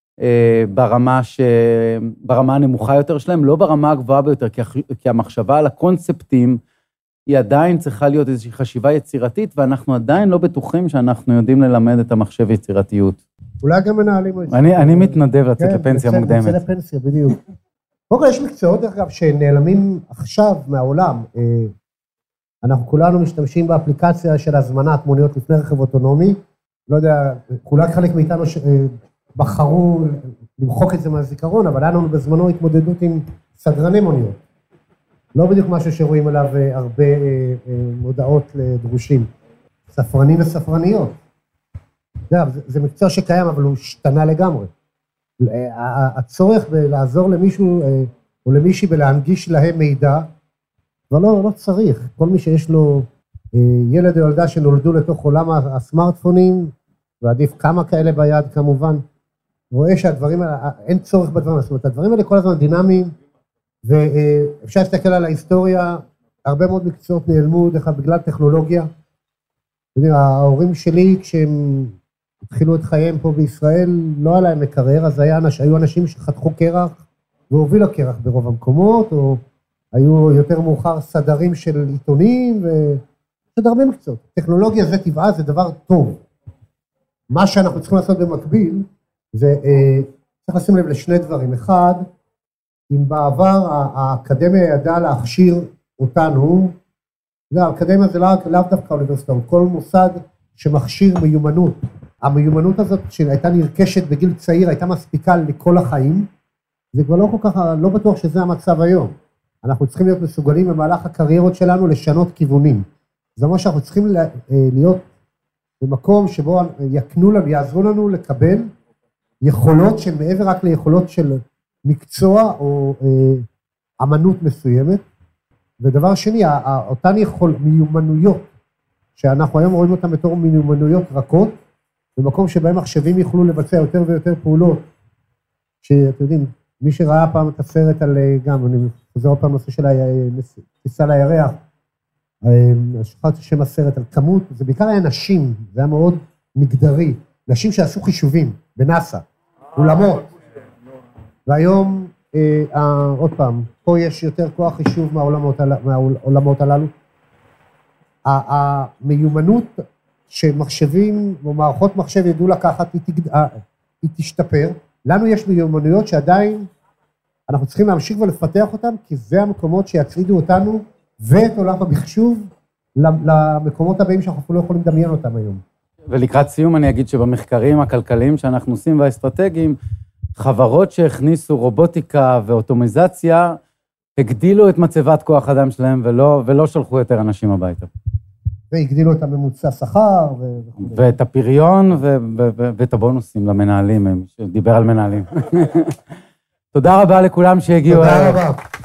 ברמה הנמוכה יותר שלהם, לא ברמה הגבוהה ביותר, כי המחשבה על הקונספטים היא עדיין צריכה להיות איזושהי חשיבה יצירתית, ואנחנו עדיין לא בטוחים שאנחנו יודעים ללמד את המחשב יצירתיות. אולי גם מנהלים... אני מתנדב לצאת לפנסיה מוקדמת. כן, לצאת לפנסיה, בדיוק. קודם כל, יש מקצועות, אגב, שנעלמים עכשיו מהעולם. אנחנו כולנו משתמשים באפליקציה של הזמנת מוניות לפני רכב אוטונומי. לא יודע, כולה חלק מאיתנו בחרו למחוק את זה מהזיכרון, אבל היה לנו בזמנו התמודדות עם סדרני מוניות. לא בדיוק משהו שרואים עליו הרבה מודעות לדרושים. ספרנים וספרניות. זה מקצוע שקיים, אבל הוא השתנה לגמרי. הצורך לעזור למישהו או למישהי ולהנגיש להם מידע, אבל לא צריך. כל מי שיש לו ילד או ילדה שנולדו לתוך עולם הסמארטפונים, ועדיף כמה כאלה ביד כמובן, רואה שהדברים האלה, אין צורך בדברים, זאת אומרת, הדברים האלה כל הזמן דינמיים, ואפשר להסתכל על ההיסטוריה, הרבה מאוד מקצועות נעלמו בגלל טכנולוגיה. ההורים שלי, כשהם התחילו את חייהם פה בישראל, לא היה להם מקרר, אז היו אנשים שחתכו קרח, והובילו קרח ברוב המקומות, או היו יותר מאוחר סדרים של עיתונים, ועוד הרבה מקצועות. טכנולוגיה זה טבעה, זה דבר טוב. מה שאנחנו צריכים לעשות במקביל, זה צריך לשים לב לשני דברים. אחד, אם בעבר האקדמיה ידעה להכשיר אותנו, האקדמיה זה לאו דווקא אוניברסיטה, כל מוסד שמכשיר מיומנות. המיומנות הזאת שהייתה נרכשת בגיל צעיר, הייתה מספיקה לכל החיים, זה כבר לא כל כך, לא בטוח שזה המצב היום. אנחנו צריכים להיות מסוגלים במהלך הקריירות שלנו לשנות כיוונים. זה אומר שאנחנו צריכים להיות במקום שבו יקנו לנו, יעזרו לנו לקבל יכולות של מעבר רק ליכולות של מקצוע או אמנות מסוימת. ודבר שני, אותן מיומנויות, שאנחנו היום רואים אותן בתור מיומנויות רכות, במקום שבהם מחשבים יוכלו לבצע יותר ויותר פעולות, שאתם יודעים, מי שראה פעם את הסרט על, גם, אני חוזר פעם נושא של טיסה לירח, שכחת שם הסרט על כמות, זה בעיקר היה נשים, זה היה מאוד מגדרי, נשים שעשו חישובים בנאסא, אולמות, והיום, עוד פעם, פה יש יותר כוח חישוב מהעולמות הללו, המיומנות שמחשבים או מערכות מחשב ידעו לקחת, היא תשתפר, לנו יש מיומנויות שעדיין אנחנו צריכים להמשיך ולפתח אותם, כי זה המקומות שיצעידו אותנו ואת עולם המחשוב למקומות הבאים שאנחנו לא יכולים לדמיין אותם היום. ולקראת סיום אני אגיד שבמחקרים הכלכליים שאנחנו עושים והאסטרטגיים, חברות שהכניסו רובוטיקה ואוטומיזציה, הגדילו את מצבת כוח אדם שלהם ולא שלחו יותר אנשים הביתה. והגדילו את הממוצע שכר ואת הפריון ואת הבונוסים למנהלים, שדיבר על מנהלים. תודה רבה לכולם שהגיעו. תודה רבה.